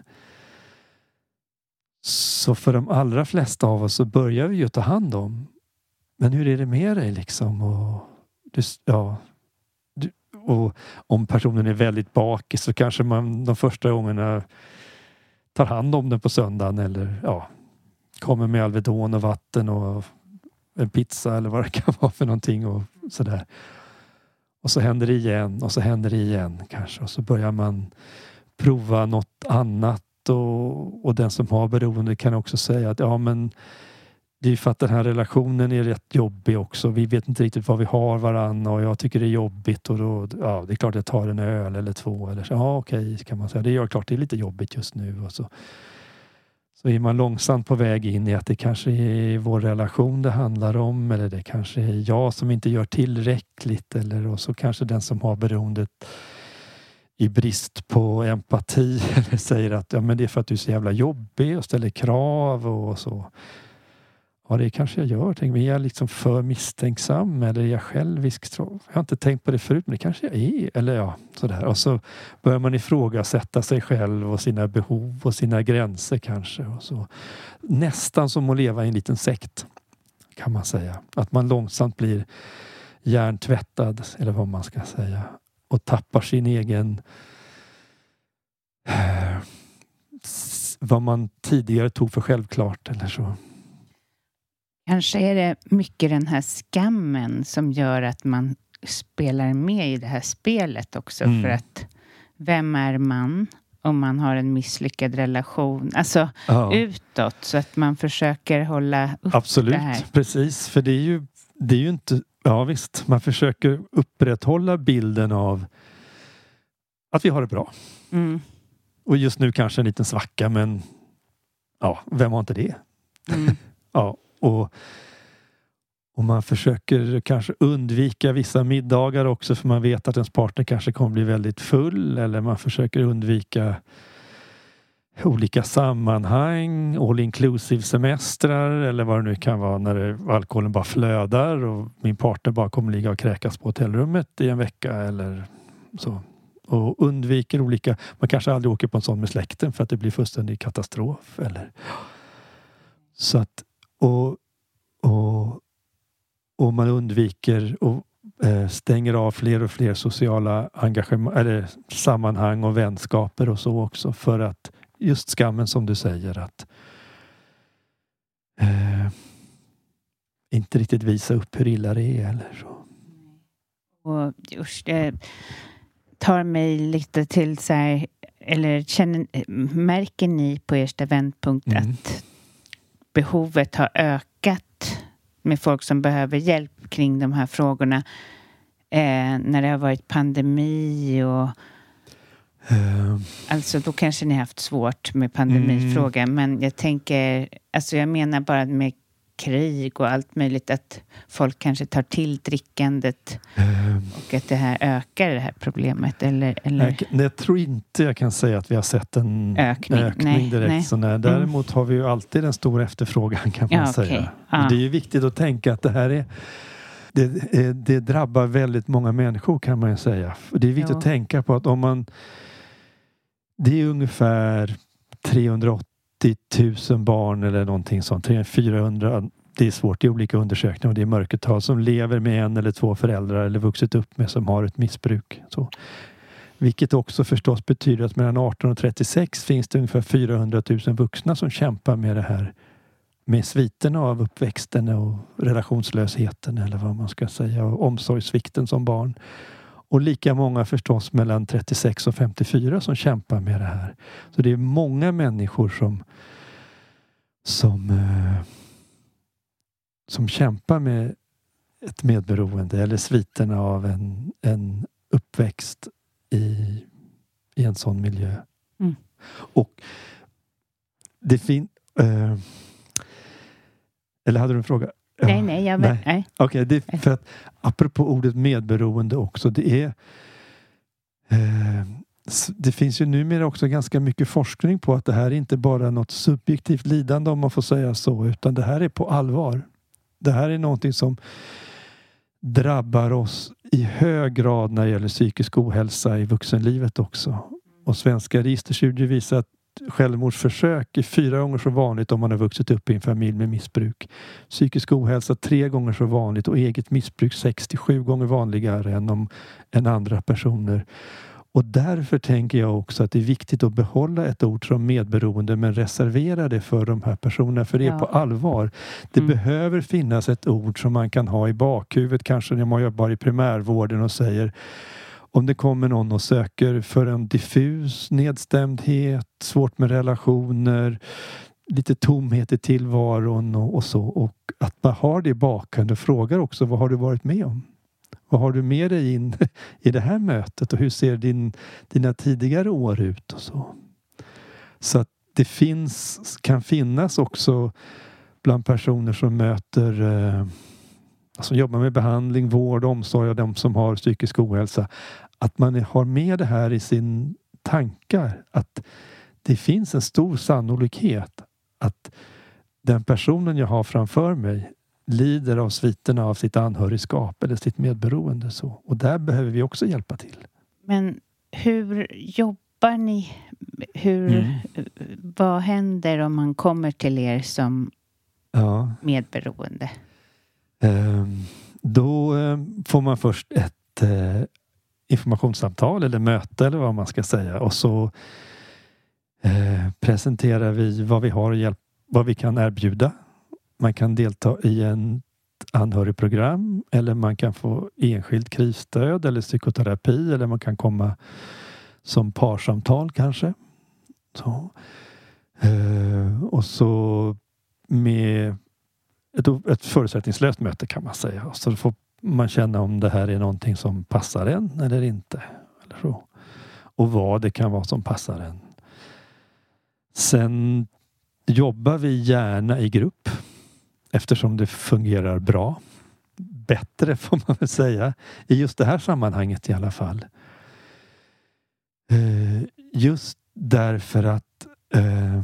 Så för de allra flesta av oss så börjar vi ju ta hand om. Men hur är det med dig liksom? Och, du, ja, du, och om personen är väldigt bakis så kanske man de första gångerna tar hand om den på söndagen eller ja, kommer med Alvedon och vatten och en pizza eller vad det kan vara för någonting och sådär. Och så händer det igen och så händer det igen kanske. Och så börjar man prova något annat och, och den som har beroende kan också säga att ja men det är för att den här relationen är rätt jobbig också. Vi vet inte riktigt vad vi har varann och jag tycker det är jobbigt och då, ja det är klart jag tar en öl eller två eller så. Ja okej kan man säga. Det är klart det är lite jobbigt just nu och så. Så är man långsamt på väg in i att det kanske är vår relation det handlar om eller det kanske är jag som inte gör tillräckligt eller och så kanske den som har beroendet i brist på empati eller säger att ja men det är för att du är så jävla jobbig och ställer krav och så. Ja, det kanske jag gör. Tänk, men är jag liksom för misstänksam eller är jag självisk? Jag har inte tänkt på det förut, men det kanske jag är. Eller ja, sådär. Och så börjar man ifrågasätta sig själv och sina behov och sina gränser kanske. Och så. Nästan som att leva i en liten sekt, kan man säga. Att man långsamt blir hjärntvättad, eller vad man ska säga. Och tappar sin egen... Eh, vad man tidigare tog för självklart, eller så. Kanske är det mycket den här skammen som gör att man spelar med i det här spelet också. Mm. För att vem är man? om man har en misslyckad relation. Alltså ja. utåt, så att man försöker hålla upp Absolut, det här. Precis. För det är ju, det är ju inte... Ja visst, man försöker upprätthålla bilden av att vi har det bra. Mm. Och just nu kanske en liten svacka, men ja, vem har inte det? Mm. ja, och, och man försöker kanske undvika vissa middagar också, för man vet att ens partner kanske kommer bli väldigt full, eller man försöker undvika olika sammanhang, all inclusive semestrar eller vad det nu kan vara, när det, alkoholen bara flödar och min partner bara kommer ligga och kräkas på hotellrummet i en vecka eller så. Och undviker olika, man kanske aldrig åker på en sån med släkten för att det blir fullständig katastrof eller så att och och, och man undviker och eh, stänger av fler och fler sociala engagemang eller sammanhang och vänskaper och så också, för att just skammen som du säger, att eh, inte riktigt visa upp hur illa det är eller så. Och just det tar mig lite till så här, eller känner, märker ni på er vändpunkt mm. att behovet har ökat med folk som behöver hjälp kring de här frågorna eh, när det har varit pandemi och Uh, alltså då kanske ni har haft svårt med pandemifrågan, mm. men jag tänker, alltså jag menar bara med krig och allt möjligt, att folk kanske tar till drickandet uh, och att det här ökar det här problemet eller, eller... Jag, jag tror inte jag kan säga att vi har sett en ökning, ökning nej, direkt nej. Sådär. Däremot mm. har vi ju alltid en stor efterfrågan, kan man ja, säga. Okay. Ja. Det är ju viktigt att tänka att det här är det, det drabbar väldigt många människor, kan man ju säga. Det är viktigt jo. att tänka på att om man det är ungefär trehundraåttio tusen barn eller någonting sånt. tre hundra till fyrahundra, det är svårt i olika undersökningar och det är mörkertal, som lever med en eller två föräldrar eller vuxit upp med som har ett missbruk. Så. Vilket också förstås betyder att mellan arton och trettiosex finns det ungefär fyrahundra tusen vuxna som kämpar med det här. Med sviterna av uppväxten och relationslösheten eller vad man ska säga, och omsorgssvikten som barn. Och lika många förstås mellan trettiosex och femtiofyra som kämpar med det här. Så det är många människor som som eh, som kämpar med ett medberoende eller sviterna av en, en uppväxt i, i en sån miljö. Mm. Och det finns eh, eller hade du en fråga? Ja. Nej, nej, jag vet. Nej. Okej, okay, det är för att apropå ordet medberoende också, det är eh, det finns ju numera också ganska mycket forskning på att det här är inte bara något subjektivt lidande, om man får säga så, utan det här är på allvar. Det här är någonting som drabbar oss i hög grad när det gäller psykisk ohälsa i vuxenlivet också. Och svenska registerstudier visar att självmordsförsök är fyra gånger så vanligt om man har vuxit upp i en familj med missbruk. Psykisk ohälsa tre gånger så vanligt och eget missbruk sex till sju gånger vanligare än, om, än andra personer. Och därför tänker jag också att det är viktigt att behålla ett ord som medberoende, men reservera det för de här personerna, för det är ja. på allvar. Det mm. behöver finnas ett ord som man kan ha i bakhuvudet, kanske när man jobbar i primärvården och säger, om det kommer någon och söker för en diffus nedstämdhet, svårt med relationer, lite tomhet i tillvaron och, och så. Och att man har det i bakgrunden och frågar också, vad har du varit med om? Vad har du med dig in i det här mötet? Och hur ser din, dina tidigare år ut? Och så. Så att det finns, kan finnas också bland personer som möter, eh, som jobbar med behandling, vård, omsorg av de som har psykisk ohälsa, att man har med det här i sin tankar. Att det finns en stor sannolikhet att den personen jag har framför mig lider av sviterna av sitt anhörigskap eller sitt medberoende. Så. Och där behöver vi också hjälpa till. Men hur jobbar ni? Hur, mm. Vad händer om man kommer till er som ja. medberoende? Um, då um, får man först ett uh, informationssamtal eller möte eller vad man ska säga. Och så uh, presenterar vi vad vi har och hjälp, vad vi kan erbjuda. Man kan delta i en anhörigprogram eller man kan få enskilt krisstöd eller psykoterapi eller man kan komma som parsamtal kanske. Så. Eh, och så med ett, ett förutsättningslöst möte kan man säga. Så får man känna om det här är någonting som passar en eller inte. Eller så. Och vad det kan vara som passar en. Sen jobbar vi gärna i grupp. Eftersom det fungerar bra. Bättre får man väl säga. I just det här sammanhanget i alla fall. Eh, just därför att eh,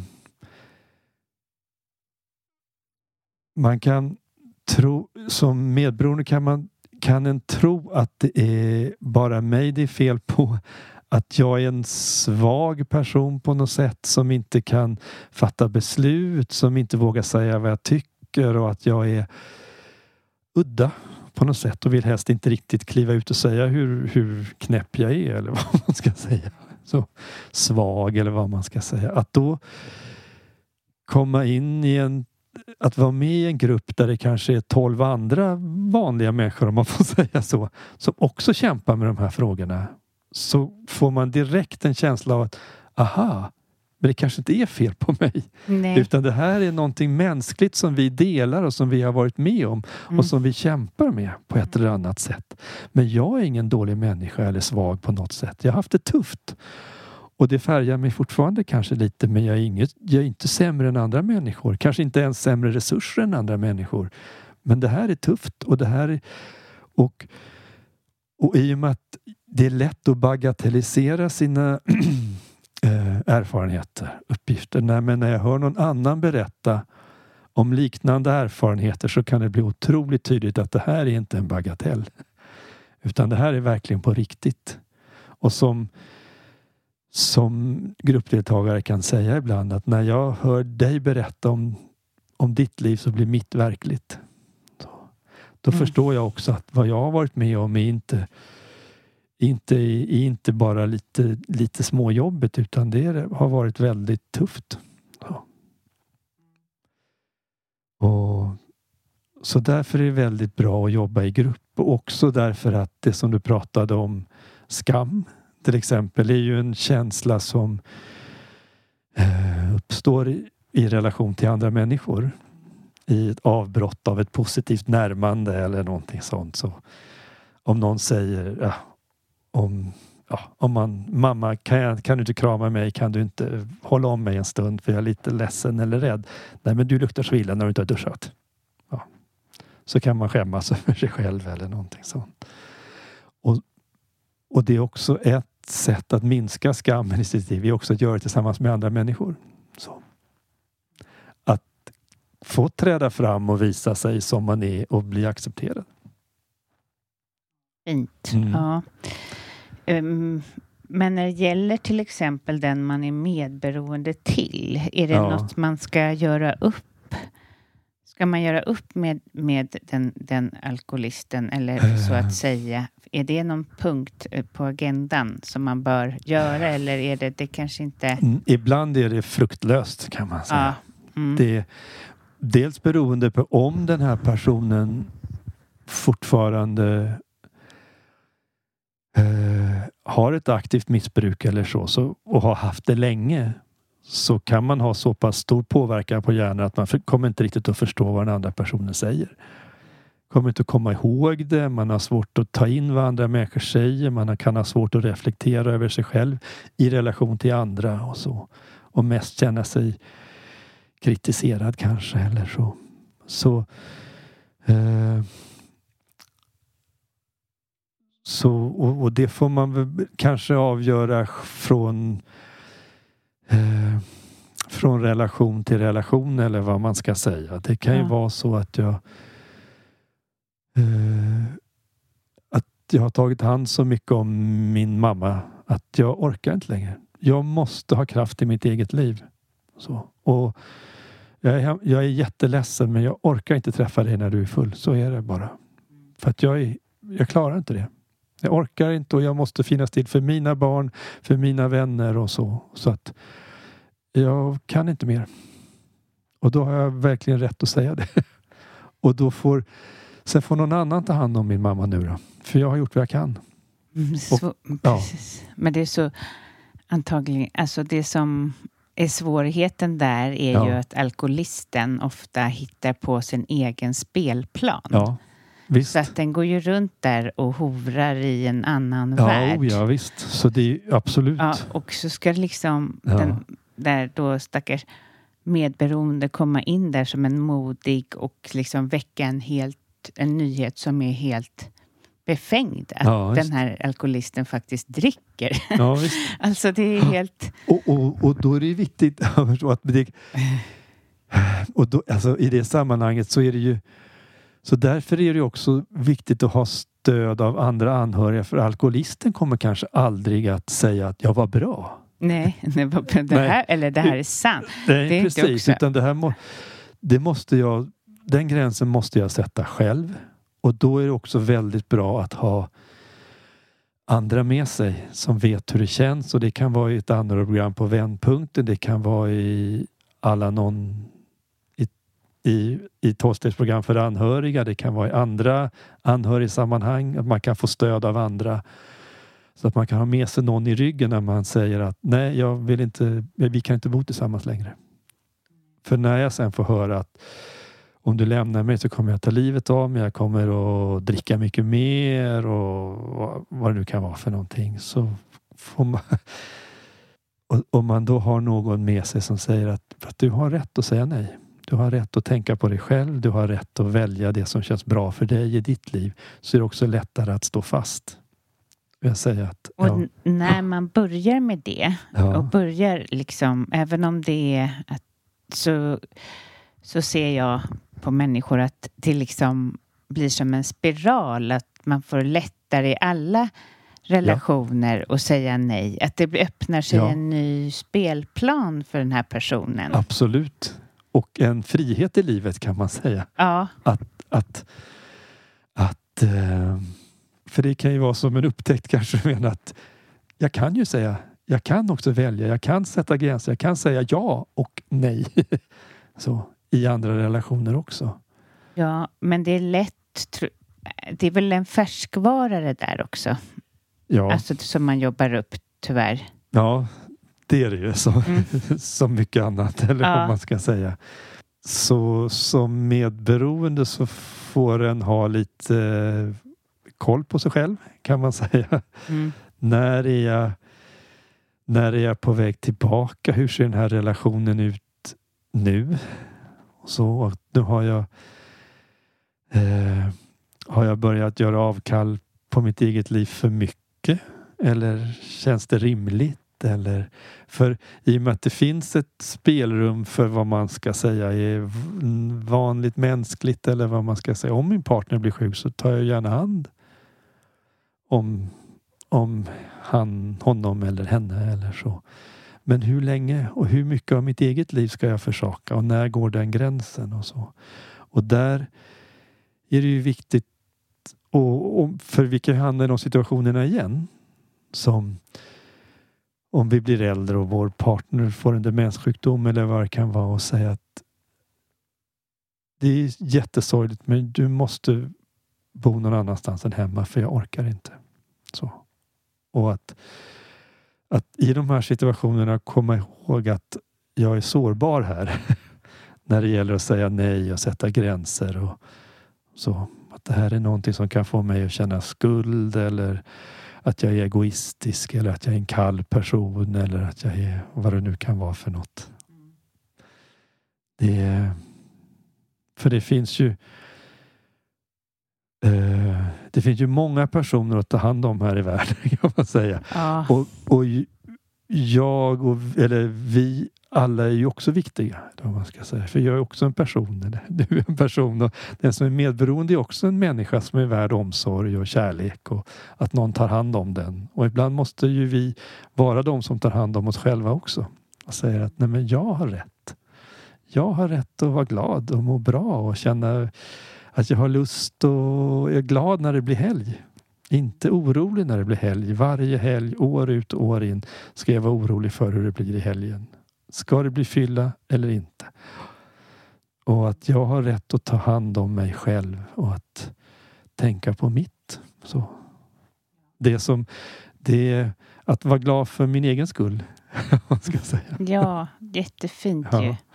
man kan tro, som medberoende kan man kan en tro att det är bara mig det är fel på. Att jag är en svag person på något sätt som inte kan fatta beslut, som inte vågar säga vad jag tycker och att jag är udda på något sätt och vill helst inte riktigt kliva ut och säga hur, hur knäpp jag är eller vad man ska säga. Så svag eller vad man ska säga. Att då komma in i en att vara med i en grupp där det kanske är tolv andra vanliga människor, om man får säga så, som också kämpar med de här frågorna, så får man direkt en känsla av att aha, men det kanske inte är fel på mig. Nej. Utan det här är någonting mänskligt som vi delar och som vi har varit med om mm. och som vi kämpar med på ett eller annat sätt. Men jag är ingen dålig människa eller svag på något sätt. Jag har haft det tufft. Och det färgar mig fortfarande kanske lite, men jag är, inget, jag är inte sämre än andra människor. Kanske inte ens sämre resurser än andra människor. Men det här är tufft och det här är, och, och i och med att det är lätt att bagatellisera sina erfarenheter, uppgifter. Nej, men när jag hör någon annan berätta om liknande erfarenheter så kan det bli otroligt tydligt att det här är inte en bagatell. Utan det här är verkligen på riktigt. Och som Som gruppdeltagare kan säga ibland att när jag hör dig berätta om, om ditt liv så blir mitt verkligt. Så, då mm. förstår jag också att vad jag har varit med om är inte, inte, är inte bara lite, lite småjobbigt utan det har varit väldigt tufft. Så, och, så därför är det väldigt bra att jobba i grupp. Och också därför att det som du pratade om, skam till exempel, är ju en känsla som eh, uppstår i, i relation till andra människor. I ett avbrott av ett positivt närmande eller någonting sånt. Så om någon säger ja, om, ja, om man, mamma kan, jag, kan du inte krama mig, kan du inte hålla om mig en stund för jag är lite ledsen eller rädd. Nej, men du luktar så illa när du inte har duschat. Ja. Så kan man skämmas för sig själv eller någonting sånt. Och, och det är också ett sätt att minska skammen i sitt liv är också att göra det tillsammans med andra människor. Så. Att få träda fram och visa sig som man är och bli accepterad. Fint. Mm. Ja. Um, men när det gäller till exempel den man är medberoende till, är det ja. något man ska göra upp? Ska man göra upp med, med den, den alkoholisten eller uh. så att säga? Är det någon punkt på agendan som man bör göra eller är det, det kanske inte... Mm, ibland är det fruktlöst kan man säga. Ja. Mm. Det är dels beroende på om den här personen fortfarande eh, har ett aktivt missbruk eller så, så och har haft det länge, så kan man ha så pass stor påverkan på hjärnan att man för, kommer inte riktigt att förstå vad den andra personen säger. Kommer inte att komma ihåg det. Man har svårt att ta in vad andra människor säger. Man kan ha svårt att reflektera över sig själv i relation till andra och så. Och mest känna sig kritiserad kanske eller så. Så, eh, så och, och det får man väl kanske avgöra från eh, från relation till relation eller vad man ska säga. Det kan ju ja. vara så att jag Uh, att jag har tagit hand så mycket om min mamma att jag orkar inte längre. Jag måste ha kraft i mitt eget liv. Så. Och jag är, jag är jätteledsen men jag orkar inte träffa dig när du är full. Så är det bara. För att jag, är, jag klarar inte det. Jag orkar inte och jag måste finnas till för mina barn, för mina vänner och så. Så att jag kan inte mer. Och då har jag verkligen rätt att säga det. Och då får Sen får någon annan ta hand om min mamma nu då. För jag har gjort vad jag kan. Mm, så, och, ja. Precis. Men det är så antagligen, alltså det som svårigheten där är Ja. ju att alkoholisten ofta hittar på sin egen spelplan. Ja, visst. Så att den går ju runt där och hovrar i en annan Ja, värld. oh, ja, visst. Så det är absolut. Ja, och så ska liksom Ja. den där då stackars medberoende komma in där som en modig och liksom väcka en helt en nyhet som är helt befängd. Att Ja, den visst. här alkoholisten faktiskt dricker. Ja, visst. Alltså det är helt... Och, och, och då är det viktigt att det, och då, alltså, i det sammanhanget så är det ju så därför är det också viktigt att ha stöd av andra anhöriga, för alkoholisten kommer kanske aldrig att säga att jag var bra. Nej, det, var, det här, Nej. eller det här är sant. Nej, det är precis. inte också... Utan det här må, det måste jag, den gränsen måste jag sätta själv. Och då är det också väldigt bra att ha andra med sig som vet hur det känns. Och det kan vara i ett anhörigprogram på Vändpunkten. Det kan vara i alla någon i, i, i tolvstegsprogram för anhöriga. Det kan vara i andra anhörigsammanhang. Att man kan få stöd av andra. Så att man kan ha med sig någon i ryggen när man säger att nej, jag vill inte, vi kan inte bo tillsammans längre. För när jag sen får höra att om du lämnar mig så kommer jag ta livet av mig. Jag kommer att dricka mycket mer och vad det nu kan vara för någonting. Så får man... Och om man då har någon med sig som säger att, att du har rätt att säga nej. Du har rätt att tänka på dig själv. Du har rätt att välja det som känns bra för dig i ditt liv. Så är det också lättare att stå fast. Jag säger att, och ja. n- när man börjar med det Ja. och börjar liksom, även om det är att, så, så ser jag på människor att det liksom blir som en spiral, att man får lättare i alla relationer och säga nej. Att det öppnar sig Ja. en ny spelplan för den här personen. Absolut. Och en frihet i livet kan man säga. Ja, Att, att, att eh, för det kan ju vara som en upptäckt kanske, men att jag kan ju säga, jag kan också välja, jag kan sätta gränser, jag kan säga ja och nej. Så i andra relationer också. ja, men det är lätt, tro- det är väl en färskvara det där också. Ja, Alltså som man jobbar upp tyvärr. ja det är det ju som, Mm. som mycket annat, eller Ja. vad man ska säga. Så som medberoende så får en ha lite eh, koll på sig själv, kan man säga. Mm. När är jag när är jag på väg tillbaka? Hur ser den här relationen ut nu? Så nu har jag eh, har jag börjat göra avkall på mitt eget liv för mycket? Eller känns det rimligt? Eller, för i och med att det finns ett spelrum för vad man ska säga är v- vanligt mänskligt, eller vad man ska säga. Om min partner blir sjuk så tar jag gärna hand om, om han, honom eller henne eller så. Men hur länge och hur mycket av mitt eget liv ska jag försaka? Och när går den gränsen och så? Och där är det ju viktigt, och, och för vi kan hamna i de situationerna igen, som om vi blir äldre och vår partner får en demenssjukdom eller vad det kan vara, och säga att det är jättesorgligt, men du måste bo någon annanstans än hemma för jag orkar inte. Så. Och att, att i de här situationerna komma ihåg att jag är sårbar här när det gäller att säga nej och sätta gränser och så. Att det här är någonting som kan få mig att känna skuld, eller att jag är egoistisk, eller att jag är en kall person, eller att jag är vad det nu kan vara för något. Det är, för det finns ju eh, det finns ju många personer att ta hand om här i världen, kan man säga. Ja. Och, och jag och, eller vi alla är ju också viktiga, då man ska säga. För jag är också en person, eller du är en person, och den som är medberoende är också en människa som är värd omsorg och kärlek, och att någon tar hand om den. Och ibland måste ju vi vara de som tar hand om oss själva också, och säger att nej, men jag har rätt. Jag har rätt att vara glad och må bra och känna att jag har lust och är glad när det blir helg. Inte orolig när det blir helg. Varje helg, år ut och år in, ska jag vara orolig för hur det blir i helgen. Ska det bli fylla eller inte? Och att jag har rätt att ta hand om mig själv och att tänka på mitt. Så. Det som, det är att vara glad för min egen skull. Ska jag säga. Ja, jättefint ja. ju.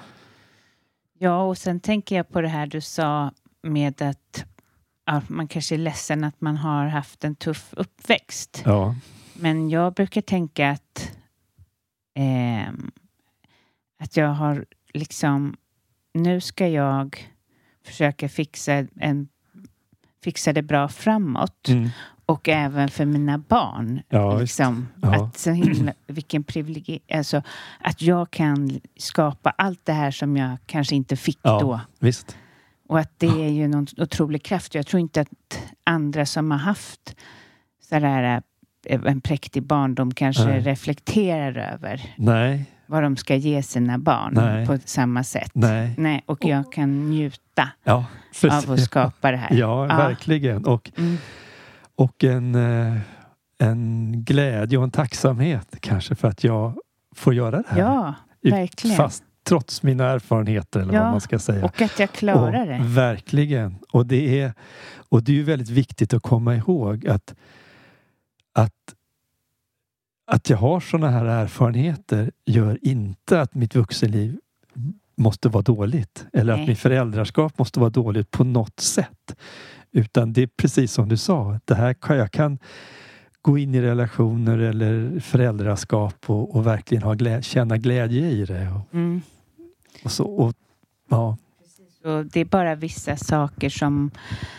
Ja, och sen tänker jag på det här du sa med att ja, man kanske är ledsen att man har haft en tuff uppväxt. Ja. Men jag brukar tänka att eh, att jag har liksom nu ska jag försöka fixa en fixa det bra framåt. Mm. Och även för mina barn. Ja, liksom, ja. att så himla, vilken privilegier, alltså att jag kan skapa allt det här som jag kanske inte fick ja, då. Visst. Och att det är ju någon otrolig kraft. Jag tror inte att andra som har haft sådär en präktig barndom kanske Nej. reflekterar över Nej. vad de ska ge sina barn Nej. på samma sätt. Nej. Nej, och jag kan njuta Ja, av att skapa det här. Ja, ja. Verkligen. Och, mm. och en, en glädje och en tacksamhet kanske för att jag får göra det här. Ja, verkligen. Fast trots mina erfarenheter eller ja, vad man ska säga. Och att jag klarar och, det. Verkligen. Och det är och det är ju väldigt viktigt att komma ihåg att att att jag har såna här erfarenheter gör inte att mitt vuxenliv måste vara dåligt. Eller Nej. att mitt föräldraskap måste vara dåligt på något sätt. Utan det är precis som du sa. Det här kan, jag kan gå in i relationer eller föräldraskap och, och verkligen ha glä, känna glädje i det. Och, Mm. och så, och, ja. Och det är bara vissa saker som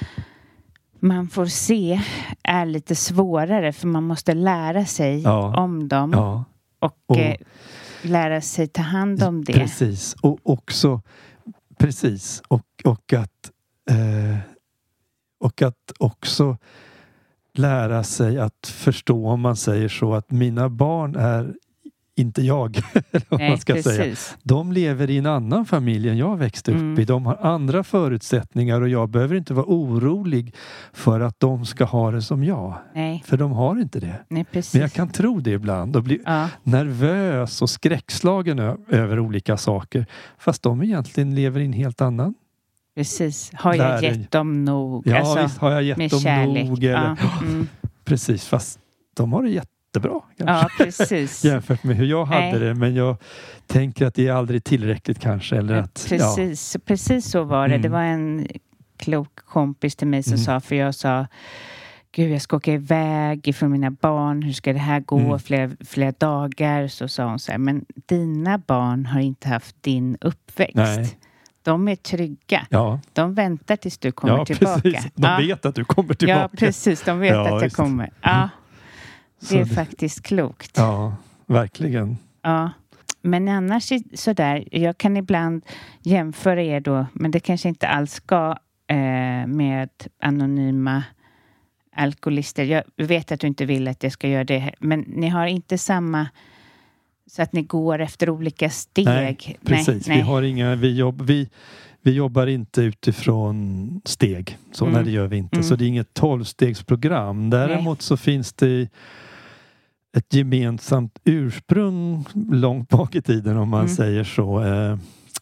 man får se är lite svårare. För man måste lära sig Ja. om dem. Ja. Och, Och- eh, lära sig ta hand om det. Precis. Och också precis. Och, och att eh, och att också lära sig att förstå, om man säger så, att mina barn är inte jag. Eller vad Nej, man ska precis. säga. De lever i en annan familj än jag växte upp Mm. i. De har andra förutsättningar och jag behöver inte vara orolig för att de ska ha det som jag. Nej, För de har inte det. nej, precis. Men jag kan tro det ibland och bli Ja, nervös och skräckslagen ö- över olika saker. Fast de egentligen lever i en helt annan. precis. Har jag Där- gett dem nog? Ja, alltså, visst har jag gett med dem kärlek. nog. Eller, Ja, mm. Precis, fast de har det jättebra. Kanske. ja, precis. Jämfört med hur jag hade Nej. det. Men jag tänker att det är aldrig tillräckligt kanske. Eller Ja, att, precis. precis så var det. Mm. Det var en klok kompis till mig som Mm. sa, för jag sa, gud jag ska åka iväg ifrån mina barn, hur ska det här gå? Mm. Flera, flera dagar. Så sa hon så här, men dina barn har inte haft din uppväxt. Nej. De är trygga. Ja, De väntar tills du kommer ja tillbaka. precis. De ja. vet att du kommer tillbaka. Ja, precis. De vet Ja, att jag visst. kommer. Ja, Så det är det- faktiskt klokt. Ja. Ja, verkligen. Men annars är- sådär, jag kan ibland jämföra er då, men det kanske inte alls ska eh, med anonyma alkoholister. Jag vet att du inte vill att jag ska göra det, men ni har inte samma, så att ni går efter olika steg. Nej, precis. Nej, Vi, har inga, vi, jobb, vi, vi jobbar inte utifrån steg. Så Mm. nej, det gör vi inte. Mm. Så det är inget tolvstegsprogram. Däremot så finns det ett gemensamt ursprung långt bak i tiden, om man Mm. säger så. Eh,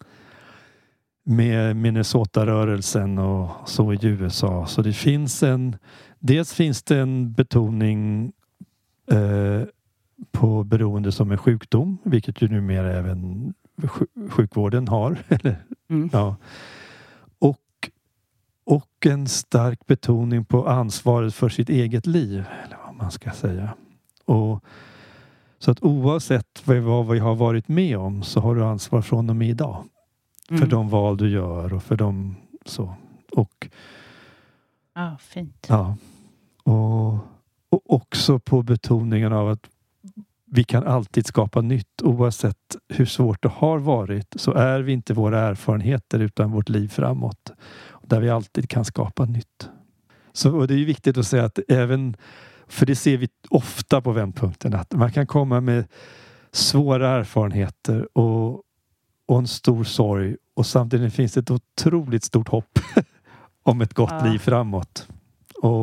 med Minnesota-rörelsen och så i U S A. Så det finns en, dels finns det en betoning eh, på beroende som en sjukdom, vilket ju numera även sj- sjukvården har. Eller, Mm. ja. och, och en stark betoning på ansvaret för sitt eget liv, eller vad man ska säga. Och, så att oavsett vad, vad vi har varit med om, så har du ansvar från och med idag. Mm. För de val du gör och för de så. Och Ja, fint. ja. Och, och också på betoningen av att vi kan alltid skapa nytt, oavsett hur svårt det har varit, så är vi inte våra erfarenheter utan vårt liv framåt. Där vi alltid kan skapa nytt. Så, och det är ju viktigt att säga att även, för det ser vi ofta på vändpunkten, att man kan komma med svåra erfarenheter och, och en stor sorg, och samtidigt finns det ett otroligt stort hopp om ett gott Ja. liv framåt. Och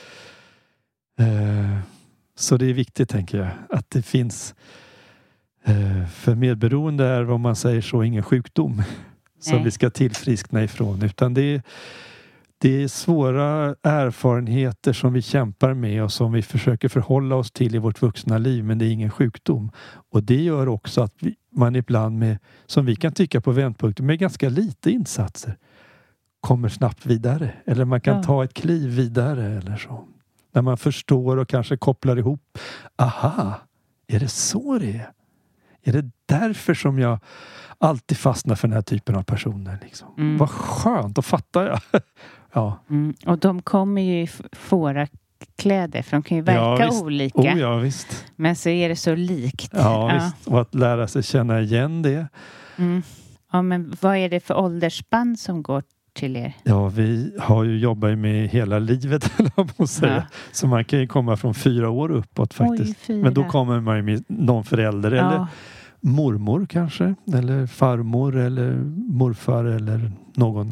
eh, så det är viktigt, tänker jag, att det finns eh, för medberoende är, vad man säger så, ingen sjukdom som Nej. vi ska tillfriskna ifrån, utan det är, det är svåra erfarenheter som vi kämpar med och som vi försöker förhålla oss till i vårt vuxna liv, men det är ingen sjukdom. Och det gör också att vi, man ibland med, som vi kan tycka på vändpunkter, med ganska lite insatser kommer snabbt vidare. Eller man kan ja. ta ett kliv vidare eller så. När man förstår och kanske kopplar ihop. Aha, är det så det är? Är det därför som jag alltid fastnar för den här typen av personer? Liksom? Mm. Vad skönt, då fattar jag. ja. Mm. Och de kommer ju i fåra kläder, för de kan ju verka ja, olika. Oh, ja, visst. Men så är det så likt. Ja, ja. Visst. Och att lära sig känna igen det. Mm. Ja, men vad är det för åldersspann som går till er? Ja, vi har ju jobbat med hela livet, eller vad man säger. Ja. Så man kan ju komma från fyra år uppåt faktiskt. Oj, men då kommer man ju med någon förälder ja. eller mormor kanske. Eller farmor eller morfar eller någon.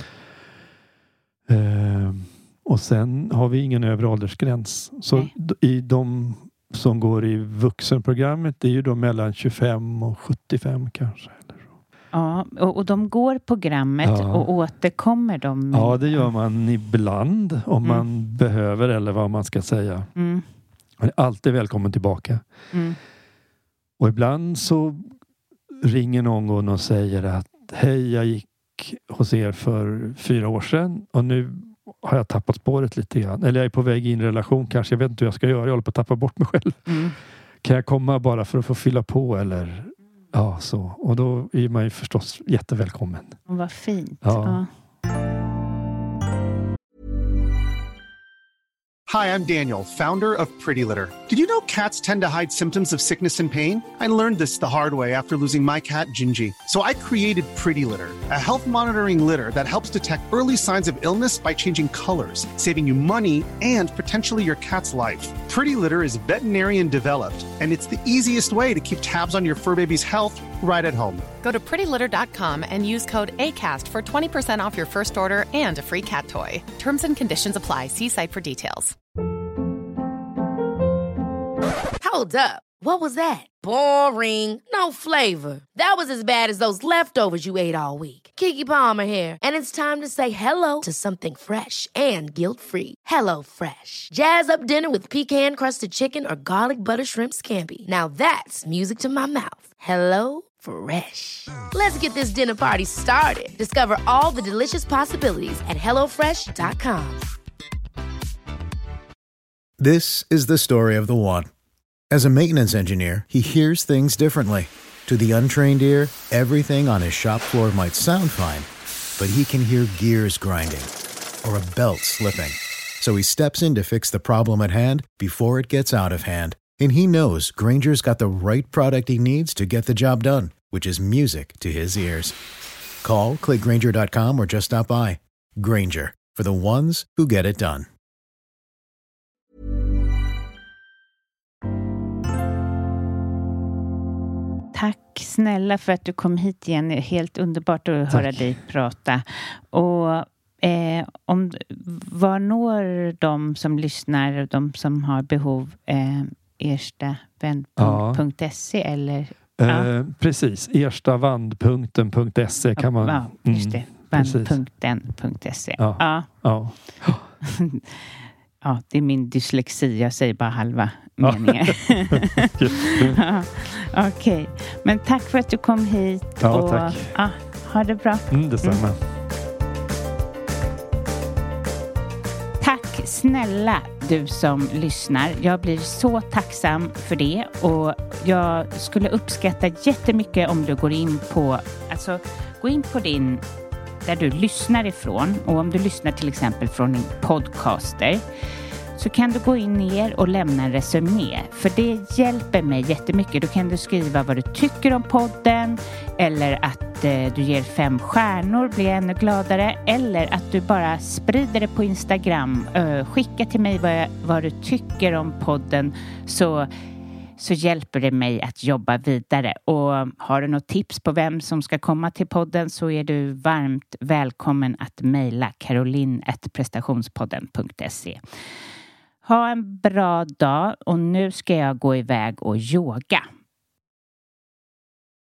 Eh, och sen har vi ingen övre åldersgräns. Så Nej. i de som går i vuxenprogrammet, det är ju då mellan tjugofem och sjuttiofem kanske. Ja, och, och de går programmet ja. och återkommer de? Ja, det gör man ibland om mm. man behöver eller vad man ska säga. Mm. Man är alltid välkommen tillbaka. Mm. Och ibland så ringer någon och säger att hej, jag gick hos er för fyra år sedan och nu har jag tappat spåret lite grann. Eller jag är på väg in i en relation kanske. Jag vet inte hur jag ska göra. Jag håller på att tappa bort mig själv. Mm. Kan jag komma bara för att få fylla på eller... Ja, så. Och då är man ju förstås jättevälkommen. Vad fint. Ja. Ja. Hi, I'm Daniel, founder of Pretty Litter. Did you know cats tend to hide symptoms of sickness and pain? I learned this the hard way after losing my cat, Gingy. So I created Pretty Litter, a health monitoring litter that helps detect early signs of illness by changing colors, saving you money and potentially your cat's life. Pretty Litter is veterinarian developed, and it's the easiest way to keep tabs on your fur baby's health right at home. Go to pretty litter dot com and use code ACAST for twenty percent off your first order and a free cat toy. Terms and conditions apply. See site for details. Hold up. What was that? Boring. No flavor. That was as bad as those leftovers you ate all week. Keke Palmer here, and it's time to say hello to something fresh and guilt-free. Hello Fresh. Jazz up dinner with pecan-crusted chicken or garlic butter shrimp scampi. Now that's music to my mouth. Hello Fresh. Let's get this dinner party started. Discover all the delicious possibilities at hello fresh dot com. This is the story of the one. As a maintenance engineer, he hears things differently. To the untrained ear, everything on his shop floor might sound fine, but he can hear gears grinding or a belt slipping. So he steps in to fix the problem at hand before it gets out of hand. And he knows Grainger's got the right product he needs to get the job done, which is music to his ears. Call, click Grainger dot com, or just stop by. Grainger, for the ones who get it done. Tack snälla för att du kom hit igen. Helt underbart att Tack. höra dig prata. Och eh, om, var når de som lyssnar, de som har behov, eh, erstavandpunkt punkt se ja. eller? Eh, ja. Precis, erstavandpunkten punkt se kan man... Ja, just det. Vandpunkten punkt se. Ja. Ja. Ja. Ja, det är min dyslexi. Jag säger bara halva meningen. Ja. Okej. Okay. Men tack för att du kom hit. Ja, och, tack. Ja, ha det bra. Mm, detsamma. Mm. Tack snälla du som lyssnar. Jag blir så tacksam för det. Och jag skulle uppskatta jättemycket om du går in på... Alltså, gå in på din... där du lyssnar ifrån, och om du lyssnar till exempel från en podcaster, så kan du gå in ner och lämna en resumé, för det hjälper mig jättemycket. Då kan du skriva vad du tycker om podden, eller att eh, du ger fem stjärnor, blir jag ännu gladare, eller att du bara sprider det på Instagram. Eh, skicka till mig vad, jag, vad du tycker om podden, så så hjälper det mig att jobba vidare. Och har du något tips på vem som ska komma till podden, så är du varmt välkommen att mejla caroline at prestationspodden punkt se. Ha en bra dag, och nu ska jag gå iväg och yoga.